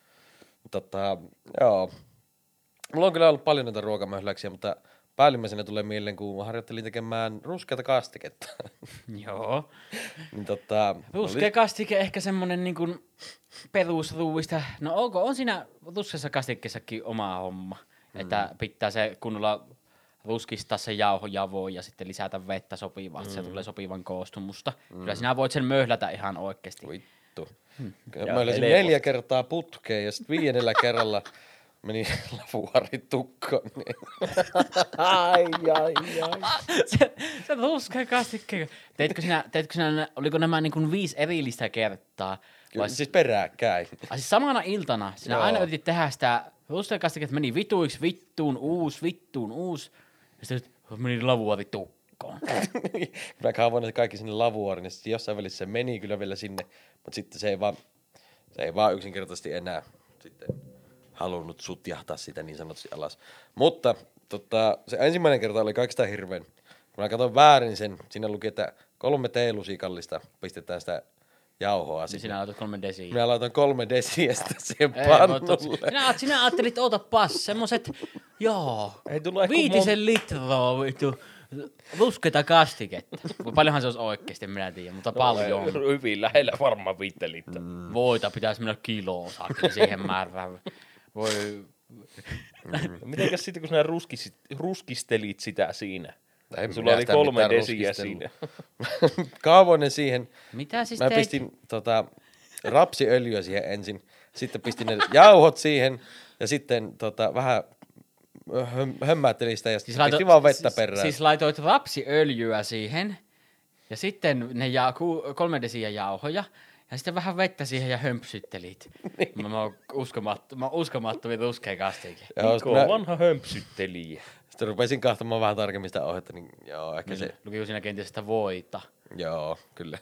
C: Joo. Mulla on kyllä ollut paljon näitä ruokamöhläksiä, mutta päällimmäisenä tulee mieleen, kun harjoittelin tekemään ruskeata kastiketta.
B: Joo.
C: Niin
B: ruskea kastike ehkä semmonen niin kuin perusruuista. No on siinä ruskeassa kastikkeessakin oma homma. Että pitää se kunnolla ruskistaa se jauhojavo ja sitten lisätä vettä sopivasti, se tulee sopivan koostumusta. Kyllä sinä voit sen möhlätä ihan oikeesti.
C: Vittu. Mä olisin 4 kertaa putkeen ja sitten 5. kerralla meni lavuari tukkoon. Niin.
A: Ai.
B: Se ruskea kastikke. Teitkö sinä, oliko nämä niin kuin 5 erillistä kertaa?
C: Kyllä, siis peräkkäin.
B: Siis samana iltana sinä aina yritit tehdä sitä ruskea kastiketta, että meni vittuun uusi. Ja sitten meni lavuari tukkoon.
C: Mä kaavoin se kaikki sinne lavuariin, ja sitten jossain välissä se meni kyllä vielä sinne, mutta sitten se ei vaan yksinkertaisesti enää sitten halunnut sutjahtaa sitä niin sanotusti alas. Mutta se ensimmäinen kerta oli kaikista hirveän. Kun mä katsoin väärin sen, siinä luki, että 3 teelusikallista pistetään sitä jauhoa.
B: Niin sinä laitat 3 desiä.
C: Minä laitan 3 desiä siihen pannulle.
B: Sinä ajattelit, ootapas, semmoset,
A: ei tullut
B: 5 litraa, vittu, ruskeata kastiketta. Paljonhan se olisi oikeesti, minä tiedän, mutta paljon.
A: Hyvin lähellä varmaan 5 litraa.
B: Voita pitäisi mennä kiloon saakka siihen määrään. Voi...
A: Mitenkäs sitten, kun sinä ruskistelit sitä siinä?
C: Sulla
A: oli 3 desiä siinä.
C: Kaavoin ne siihen.
B: Mitä siis
C: mä pistin rapsiöljyä siihen ensin. Sitten pistin ne jauhot siihen. Ja sitten vähän hömmättelin sitä ja siis pistin vaan vettä perään.
B: Siis laitoit rapsiöljyä siihen. Ja sitten ne 3 desiä jauhoja. Ja sitten vähän vettä siihen ja hömpsyttelit. Niin. Mä oon uskomattomia ruskea kastike.
A: Niko on vanha hömpsyttelijä.
C: Sitten rupesin kahtomaan vähän tarkemmin sitä ohjetta, niin joo, ehkä se...
B: Lukiko siinä kenties sitä voita?
C: Joo, kyllä.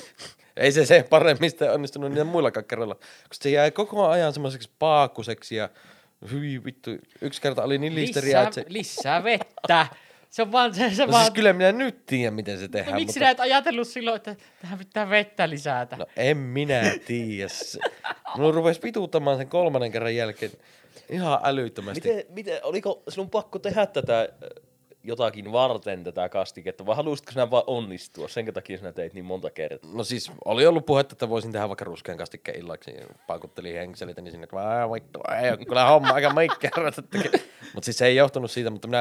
C: Ei se paremmin sitä onnistunut niillä muillakaan kerralla. Koska se jäi koko ajan semmoiseksi paakkuseksi ja hyi vittu, 1 kerta oli niin listeriä, että se...
B: Lisää vettä! Se on vaan se
C: no
B: vaan...
C: siis kyllä minä nyt tiedän, miten se tehdään.
B: No miksi sinä et ajatellut silloin, että tähän pitää vettä lisätä?
C: No en minä tiedä. Mulla rupesi vituuttamaan sen 3. kerran jälkeen ihan älyttömästi.
A: Miten oliko sinun pakko tehdä tätä jotakin varten tätä kastiketta, vai haluaisitko sinä vaan onnistua? Sen takia sinä teit niin monta kertaa.
C: No siis oli ollut puhetta, että voisin tehdä vaikka ruskean kastikkeen illaksi. Paikuttelin henkselitä, niin sinne, että vittu, ei ole kyllä homma aika meikkiä ruveta tekemään. Mutta siis se ei johtunut siitä, mutta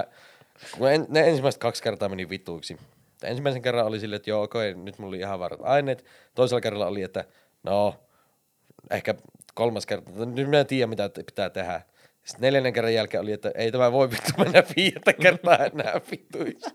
C: ne ensimmäiset 2 kertaa meni vituiksi. Ensimmäisen kerran oli silleen, että joo, okei, nyt mulla oli ihan väärät aineet. Toisella kerralla oli, että no, ehkä 3. kerta, nyt minä en tiedä, mitä pitää tehdä. Sitten 4. kerran jälkeen oli, että ei tämä voi vittu mennä 5. kertaa enää vittuiksi.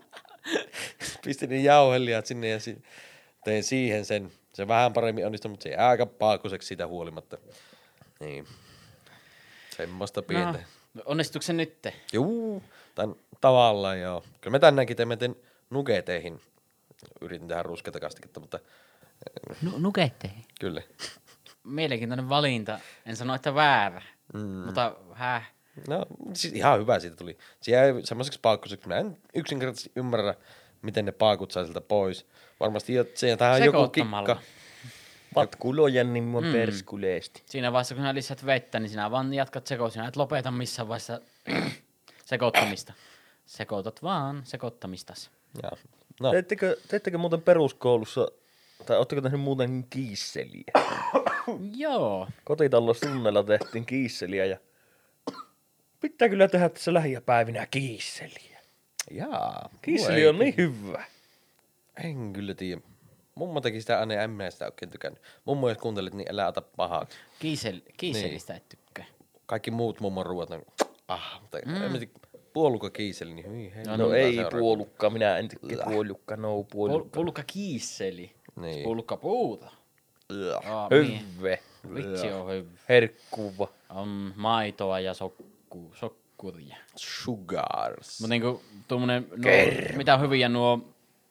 C: Pistin niin jauhelijat sinne ja tein siihen sen. Se vähän paremmin onnistui, mutta se jäi aika paakkuseksi siitä huolimatta. Niin. Semmoista pientä.
B: No, onnistuiko se nytte?
C: Juu, tavallaan joo. Kyllä me tänäänkin teemme nugeteihin. Yritin tehdä ruskeata kastiketta, mutta...
B: Nugetteihin?
C: Kyllä.
B: Mielenkiintoinen valinta. En sano, että väärä. Mutta
C: No, siis ihan hyvä siitä tuli. Se jäi semmoiseksi paakkuseksi. Mä en yksinkertaisesti ymmärrä, miten ne paakut saa sieltä pois. Varmasti tähän on joku kikka.
A: Vatkulojen niin on perskuleesti.
B: Siinä vaiheessa, kun sinä lisät vettä, niin sinä vaan jatkat sekoa. Sinä et lopeta missään vaiheessa sekoittamista. Sekoitat vaan sekoittamistas.
C: Ja. No,
A: Teettekö muuten peruskoulussa, tai ootteko tehnyt muuten kiisseliä?
B: Joo.
A: Kotitalossa tunnella tehtiin kiisseliä ja pitää kyllä tehdä tässä lähipäivinä kiisseliä.
C: jaa.
A: Kiisseli on niin hyvä.
C: En kyllä tiedä. Mummo teki sitä aina ja en minä sitä oikein tykännyt. Mummo jos kuuntelit, niin älä ota pahaksi.
B: Kiiselistä et tykkää.
C: Kaikki muut mummon ruuat on mutta puoluka kiiseli, niin hyi hei.
A: No ei puolukka, minä en tykkää puolukka, no puolukka.
B: Puolukka kiisseli.
C: Niin.
B: Puolukka puuta.
A: Hyvve.
B: Vitsi on hyvä.
A: Herkkuva.
B: On maitoa ja sokkuria.
C: Sugars.
B: Mutta niinku tuommoinen, mitä hyviä nuo,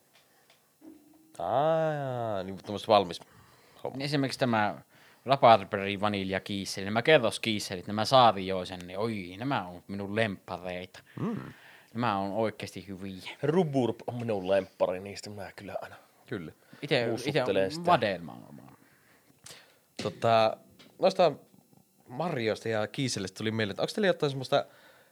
C: Niin tämmöistä valmis.
B: esimerkiksi tämä raparperi vanilja kiisseli, nämä kerroskiisselit, nämä Saarioisen, niin oi, nämä on minun lemppareita. Nämä on oikeasti hyviä.
A: Ruburp on minun lemppari, niistä minä kyllä aina.
C: Kyllä.
B: Itse
A: Mussuttelee sitä.
B: vadelmaa.
C: Noista Marjoista ja kiiselistä tuli mieleen, että onko teillä jotain semmoista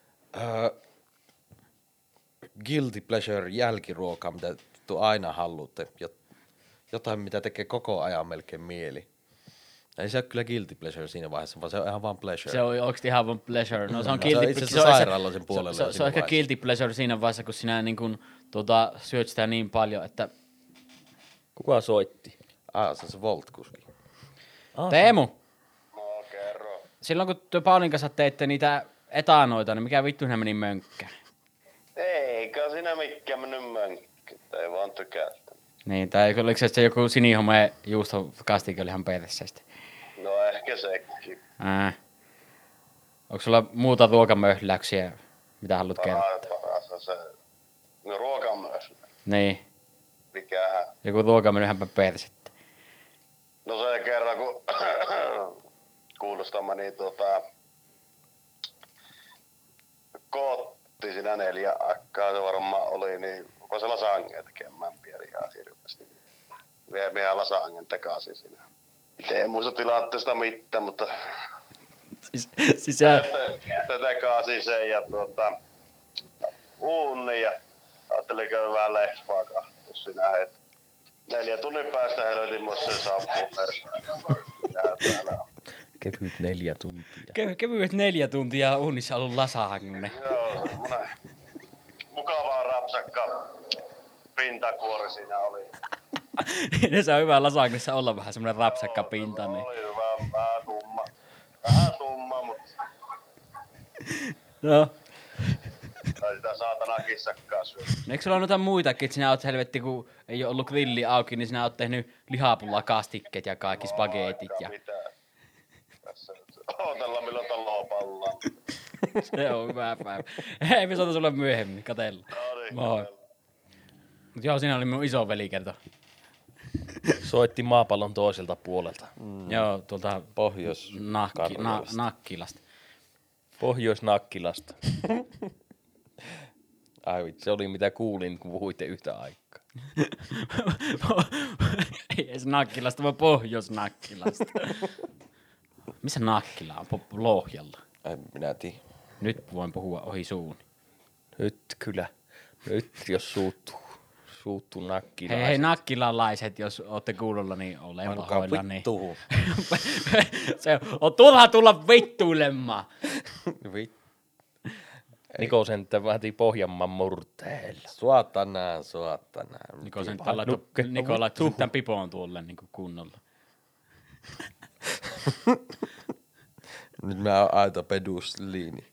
C: guilty pleasure jälkiruokaa, mitä te aina haluatte? Jotain, mitä tekee koko ajan melkein mieli. Ei se ole kyllä guilty pleasure siinä vaiheessa, vaan se on ihan vaan pleasure.
B: Se on oikeasti ihan vaan pleasure. No, se on
C: Se on
B: guilty
C: itse asiassa sairaaloisen puolella
B: Se on
C: siinä
B: ehkä
C: vaiheessa.
B: guilty pleasure siinä vaiheessa, kun sinä niin kun, syöt sitä niin paljon, että
A: Kuka soitti?
C: Se on se Volt-kuski.
B: Teemu,
D: No kerro.
B: silloin kun te Paulin kanssa teitte niitä etanoita, niin mikä vittu ne meni mönkkään?
D: Eikä siinä mikään mennyt mönkky. Ei vaan tykätä.
B: Niin, tai oliko se joku sinihome juustokastike oli ihan perseestä?
D: No ehkä sekin.
B: Onko sulla muuta ruokamöhläyksiä, mitä haluat kertoa?
D: Paras on se. No ruoka myös.
B: Niin,
D: Mikähän.
B: joku ruoka mennyt ihan persettä.
D: No se kerran kun kuulostamme niin kootti siinä 4 akkaa se varmaan oli, niin onko se lasange tekemään pieni ihan hirveästi. Vie ihan lasangen takaisin siinä. Itse en muista tilanteesta mitään, mutta
B: Siis sä...
D: tätä kaasi sen ja uuni ja ajattelin käydä vähän leffaa kahtua sinä hetki. 4 tunnin päästä helvetin musta se saapuu persaan. Ja täällä on.
A: Kevyt 4 tuntia.
B: Kevyet 4 tuntia uunissa ollut lasagne.
D: Joo, semmonen mukavaa rapsakka pintakuori siinä oli.
B: Se on hyvä lasagnessa olla vähän semmonen rapsakka pinta. Niin.
D: Oli hyvä, vähän tumma. Vähän tumma, mutta
B: No.
D: tai sitä saatana kissakkaa syödä.
B: No eikö sulla noita muitakin, että sinä oot helvetti, kun ei ole ollut grilli auki, niin sinä oot tehnyt lihapullakastikkeet ja kaikki spageetit. Ja...
D: Mitä? Tässä ootella milloin taloa pallaa.
B: Se on hyvä päivä. Ei me saata sulle myöhemmin, katella.
D: No niin.
B: Moi. Mut joo, siinä oli minun iso veli kerta.
A: Soitti maapallon toiselta puolelta.
B: Joo, tuolta Nakkilasta.
A: Pohjois-Nakkilasta.
C: Ai vitsi.
A: Se oli mitä kuulin, kun puhuitte yhtä aikaa.
B: Ei edes Nakkilasta, vaan Pohjois-Nakkilasta. Missä Nakkila on? Lohjalla.
C: En minä tiedä.
B: Nyt voin puhua ohi suuni.
A: Nyt kyllä. Nyt jos suuttuu Nakkilaiset.
B: Hei nakkilalaiset, jos ootte kuulolla, niin olen
C: Pankaa
B: pahoillani.
C: vittuun.
B: Se on turha tulla vittuilemaan.
C: Vittu.
A: Niko sentään vähti Pohjanmaan murteella.
C: Suotanään.
B: Niko laittoi tämän pipoon tuolle niin kunnolla.
C: Nyt mä oon aito pedusliini.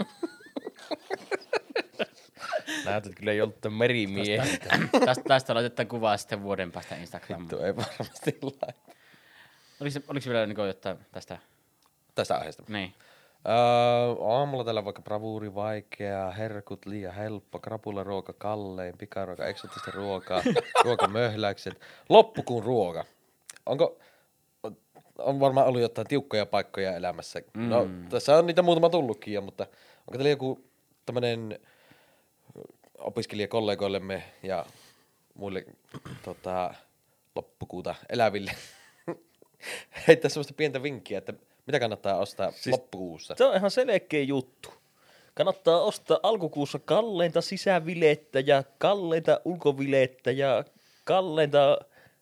A: Näytät kyllä joltain merimiehet.
B: Tästä laitetaan kuvaa sitten vuoden päästä Instagramiin.
C: Vittu ei varmasti laita.
B: Oliko vielä niin jotain tästä?
C: Tästä aiheesta.
B: Niin.
C: Aamulla täällä vaikka bravuuri vaikea, herkut liian helppo, krapula ruoka kallein, pikaruoka, eksotista ruokaa, ruokamöhläykset, loppukuun ruoka. On varmaan ollut jotain tiukkoja paikkoja elämässä. No, tässä on niitä muutama tullutkin, mutta onko teillä joku tämmönen opiskelijakollegoillemme ja muille loppukuuta eläville heittää semmoista pientä vinkkiä, että mitä kannattaa ostaa loppukuussa?
A: Se on ihan selkeä juttu. kannattaa ostaa alkukuussa kalleinta sisävilettä ja kalleinta ulkovilettä ja kalleinta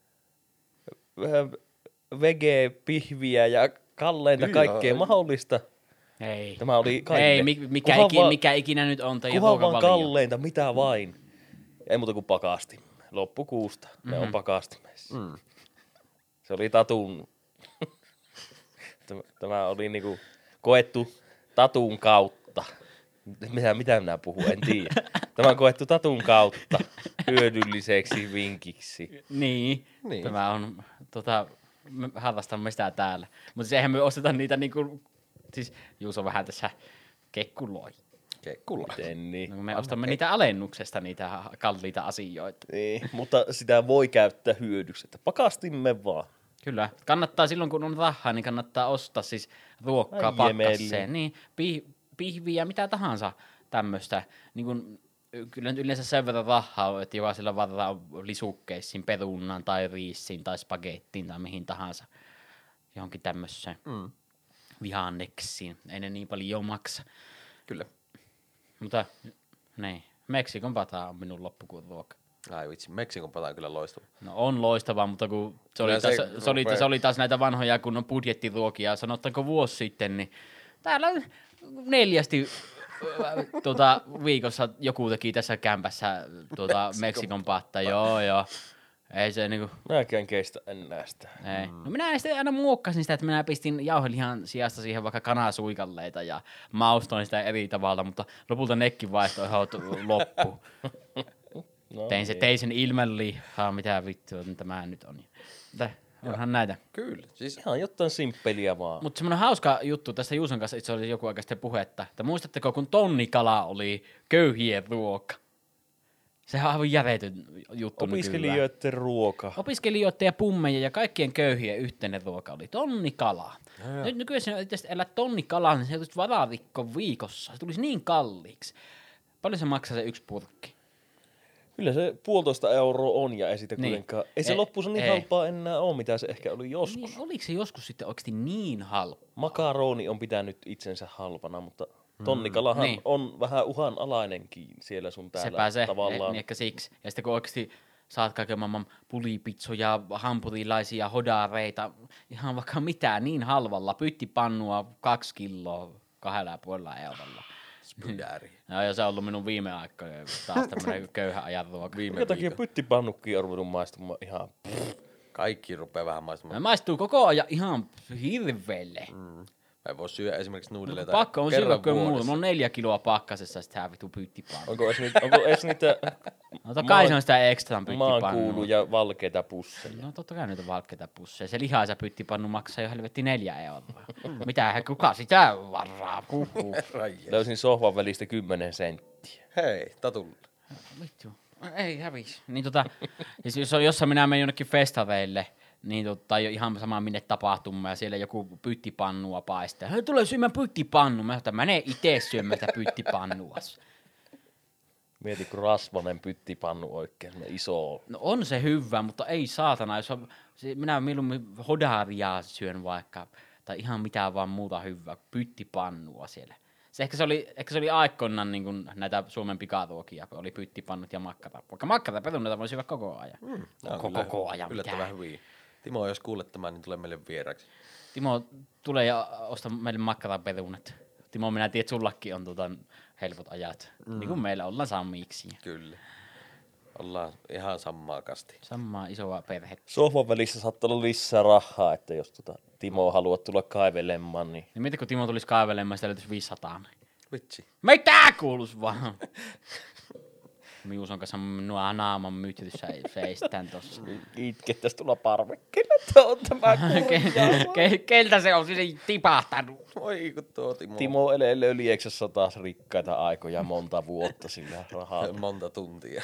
A: vege-pihviä ja kalleinta kaikkea mahdollista.
B: Ei.
A: Tämä oli kaikille.
B: Ei, mikä ikinä nyt on teidän
A: Kuhan vaan
B: ruokavalio.
A: kalleinta, mitä vain. Ei muuta kuin pakasti. Loppukuusta. Ne on pakastimessa. Se oli Tatun. Tämä oli niinku koettu Tatun kautta. Mitä minä puhun, en tiedä. Tämä on koettu Tatun kautta hyödylliseksi vinkiksi.
B: Niin. Tämä on, me harrastamme sitä täällä. Mutta eihän me osteta niitä niinku, siis Juuso vähän tässä kekkuloi.
C: Kekkulla.
A: Niin.
B: No, me ostamme niitä alennuksesta, niitä kalliita asioita.
A: Niin, mutta sitä voi käyttää hyödyksi, että pakastimme vaan.
B: Kyllä. Kannattaa silloin, kun on rahaa, niin kannattaa ostaa siis ruokkaa
A: Ai
B: pakkaseen. Niin, pihviä, mitä tahansa tämmöistä. Niin kun, kyllä nyt yleensä sen verran rahaa on, että jokaisella varaa lisukkeisiin, perunaan tai riisiin tai spagettiin tai mihin tahansa. Johonkin tämmöiseen vihanneksiin. Ei ne niin paljon maksa.
C: Kyllä.
B: Mutta niin, Meksikon pata on minun loppukuun ruoka.
C: Ai vitsi, Meksikon pata on kyllä loistava.
B: No on loistavaa, mutta kun
C: Kyllä
B: se oli taas näitä vanhoja kunnon budjettiruokia, sanottaako vuosi sitten, niin täällä 4 viikossa joku teki tässä kämpässä Meksikon patta, joo. Ei se niinku...
A: Mäkään keistä enää sitä.
B: Ei. No minä sitten aina muokkasin sitä, että minä pistin jauhelihan sijasta siihen vaikka kanasuikalleita ja maustoin sitä eri tavalla, mutta lopulta nekin vaihtoehdot loppu.
A: No,
B: Tein sen ilman lihaa, mitä vittua tämä nyt on. Onhan näitä.
C: Kyllä. Siis
A: Ihan jotain simppeliä vaan.
B: Mutta semmoinen hauska juttu, tässä Juuson kanssa itse oli joku aika sitten puhetta, että muistatteko, kun tonnikala oli köyhien ruoka? Sehän on aivan järjetön juttu nykyään.
A: Opiskelijoiden ruoka.
B: Opiskelijoiden ja pummeja ja kaikkien köyhien yhteinen ruoka oli tonnikala. Nyt nykyään jos elät tonnikalaa, niin se tulisi vararikko viikossa. Se tulisi niin kalliiksi. Paljon se maksaa se yksi purkki?
A: Kyllä se 1,5 euroa on ja ei sitä
B: Niin.
A: kuitenkaan. Ei se loppuun niin
B: ei.
A: halpaa enää ole, mitä se ehkä oli joskus.
B: Niin, oliko se joskus sitten oikeasti niin halpa?
A: Makaroni on pitänyt itsensä halpana, mutta tonnikalahan
B: Niin.
A: on vähän uhanalainenkin siellä sun täällä
B: Sepä se,
A: tavallaan.
B: niin ehkä siksi. Ja sitten kun oikeasti saat kaiken maailman pulipitsoja, hampurilaisia, hodareita, ihan vaikka mitään niin halvalla, pyttipannua 2 kiloa 2,5 eurolla.
C: spydäri.
B: Ja se on ollut minun viime aikoina taas tämmönen köyhän ajan ruoka.
A: Minkä takia pyttipannukkiin on ruvennut maistumaan ihan...
C: Kaikki rupeaa vähän maistumaan.
B: Ne maistuu koko ajan ihan hirveelle.
C: Mä en voi syödä esimerkiksi nuudeleita
B: Pakko on syödä kuin muuta.
C: vuodessa.
B: Mulla on 4 kiloa pakkasessa, sit tää vitu pyttipannu.
A: Onko edes niitä
B: No totta kai se on sitä ekstran
A: maankuulu
B: pyttipannua.
A: ja valkeita pusseja?
B: No totta kai niitä valkeita pusseja. Se lihaisa pyttipannu maksaa jo helvetti 4 euroa. Mitähän kuka sitä varaa puhuu?
A: Löysin sohvan välistä 10 senttiä.
C: Hei, Tatulle.
B: Vittu. Ei hävis. Niin siis jos minä menen jonnekin festareille, niin tai ihan sama minne tapahtuma ja siellä joku pyttipannua paistaa. Hei, tulee syömään pyttipannu. Mä sanon, mene itse syömään sitä pyttipannua.
A: Mieti, kun rasvanen pyttipannu oikein, iso.
B: No on se hyvä, mutta ei saatana. Jos on, minä mieluummin hodaria syön vaikka, tai ihan mitään vaan muuta hyvää, pyttipannua siellä. Ehkä se oli aikoinaan niin kuin näitä Suomen pikaruokia, oli pyttipannut ja makkara. Vaikka makkaraperunoita voi syödä koko ajan. Koko ajan.
C: Yllättävän hyviä. Timo, jos kuulet tämän, niin tule meille vieraksi.
B: Timo, tule ja osta meille makkaraperunat. Timo, minä tiedän, että sullakin on helpot ajat. Niin kuin meillä ollaan sammiksi.
C: Kyllä. Ollaan ihan samaa kasti.
B: Samaa isoa perhettä.
A: Sohvan välissä saattaa olla lisää rahaa, että jos Timo haluaa tulla kaivelemaan, niin...
B: Niin mietin, kun Timo tulisi kaivelemaan, sitä löytyisi 500.
C: Vitsi.
B: Mitä kuulus vaan? Juuson kanssa minua naaman mytyssä seistään tossa.
A: Itkettäis tulla parvekkeelle, että on tämä
B: Keltä se on siis tipahtanut?
C: Oi kun tuo Timo.
A: Timo elelee yli 900 taas rikkaita aikoja monta vuotta sillä rahaa.
C: Monta tuntia.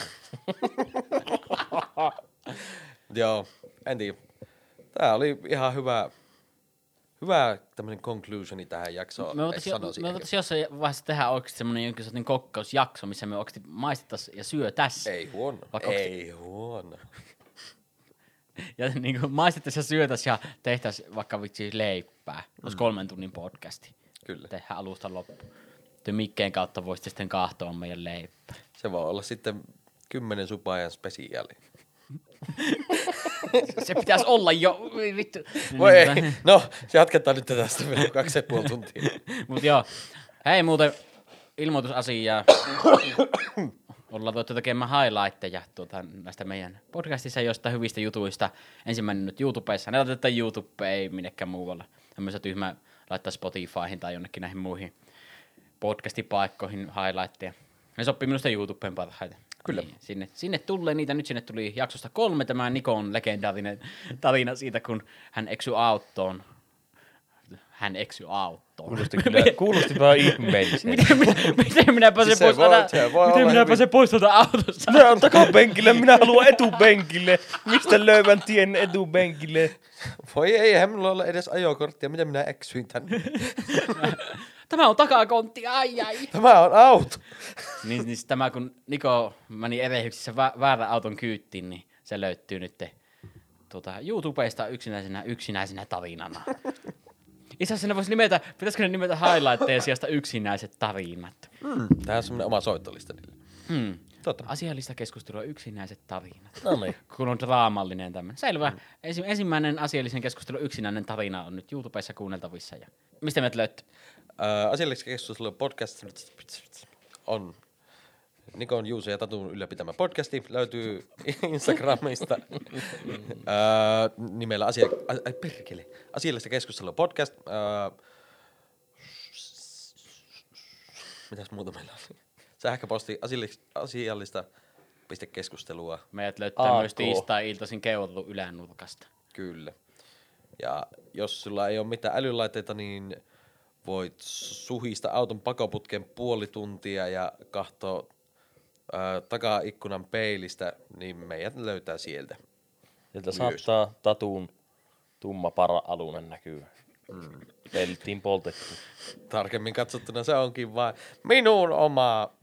C: Joo, en tiedä. Tää oli ihan hyvä tämmönen conclusioni tähän jaksoon.
B: Me voitaisiin jossain vaiheessa tehdä oikeasti semmonen jonkin sortin kokkausjakso, missä me oikeasti maistettaisiin ja syötäisiin.
C: Ei huono.
B: Vaikka
C: Ei huono.
B: Ja niin kuin maistettaisiin ja syötäisiin ja tehtäisiin vaikka vitsi leipää. Olisi 3 tunnin podcasti.
C: Kyllä.
B: Tehdään alusta loppuun. Mikkeen kautta voisitte sitten kahtoa meidän leipää.
C: Se voi olla sitten 10 supaajan spesiaali.
B: Se pitäisi olla jo, vittu.
C: Voi ei. No, jatketaan nyt tästä vielä 2,5 tuntia.
B: Mut joo. Hei muuten ilmoitusasiaa. Ollaan tuotu tekemään highlightteja näistä meidän podcastissa josta hyvistä jutuista. Ensimmäinen nyt YouTubessa. Ne laitetaan YouTubeen, ei minnekään muualla. Tämmöistä tyhmää laittaa Spotifyhin tai jonnekin näihin muihin podcastipaikkoihin highlightteja. Ne sopii minusta YouTubeen parhaiten.
C: Kyllä.
B: Niin, sinne tulee niitä. Nyt sinne tuli jaksosta 3 tämä Nikon legendaarinen tarina siitä, kun hän eksyi autoon.
A: Kuulosti vaan ihmeellisesti.
B: Miten minä pääsen
C: Siis
B: pois tuolta autosta?
A: Minä on takapenkille, minä haluan etupenkille. Mistä löydän tien etupenkille?
C: Voi ei, eihän minulla ole edes ajokorttia. Miten minä eksyin tänne?
B: Tämä on takakontti, ai.
C: Tämä on auto.
B: Niin tämä kun Niko meni erehyksissä väärän auton kyyttiin, niin se löytyy nyt YouTubesta yksinäisenä tarinana. Itse asiassa ne vois nimetä, pitäisikö ne nimetä highlightteja sijasta yksinäiset tarinat?
C: Tämä on semmoinen oma soittolista niille. Totta.
B: Asiallista keskustelua, yksinäiset tarinat.
A: No niin.
B: Kun on draamallinen tämmöinen. Selvä. Ensimmäinen asiallisen keskustelun yksinäinen tarina on nyt YouTubessa kuunneltavissa. Ja mistä meidät löytyy?
C: Asiallista keskustelua podcast on Nikon, Juuso ja Tatun ylläpitämä podcasti. Löytyy Instagramista nimellä Asiallista keskustelua podcast. Mitäs muuta meillä on? Sähköposti asiallista.keskustelua.
B: Meidät löytää myös tiistai-iltaisin Keurun ylänurkasta.
C: Kyllä. Ja jos sulla ei ole mitään älylaitteita, niin voit suhista auton pakoputken puoli tuntia ja katsoa takaikkunan peilistä, niin meidät löytää sieltä.
A: Sieltä saattaa Tatun tumma para-alunen näkyy. Peltiin poltettu.
C: Tarkemmin katsottuna se onkin vain minun oma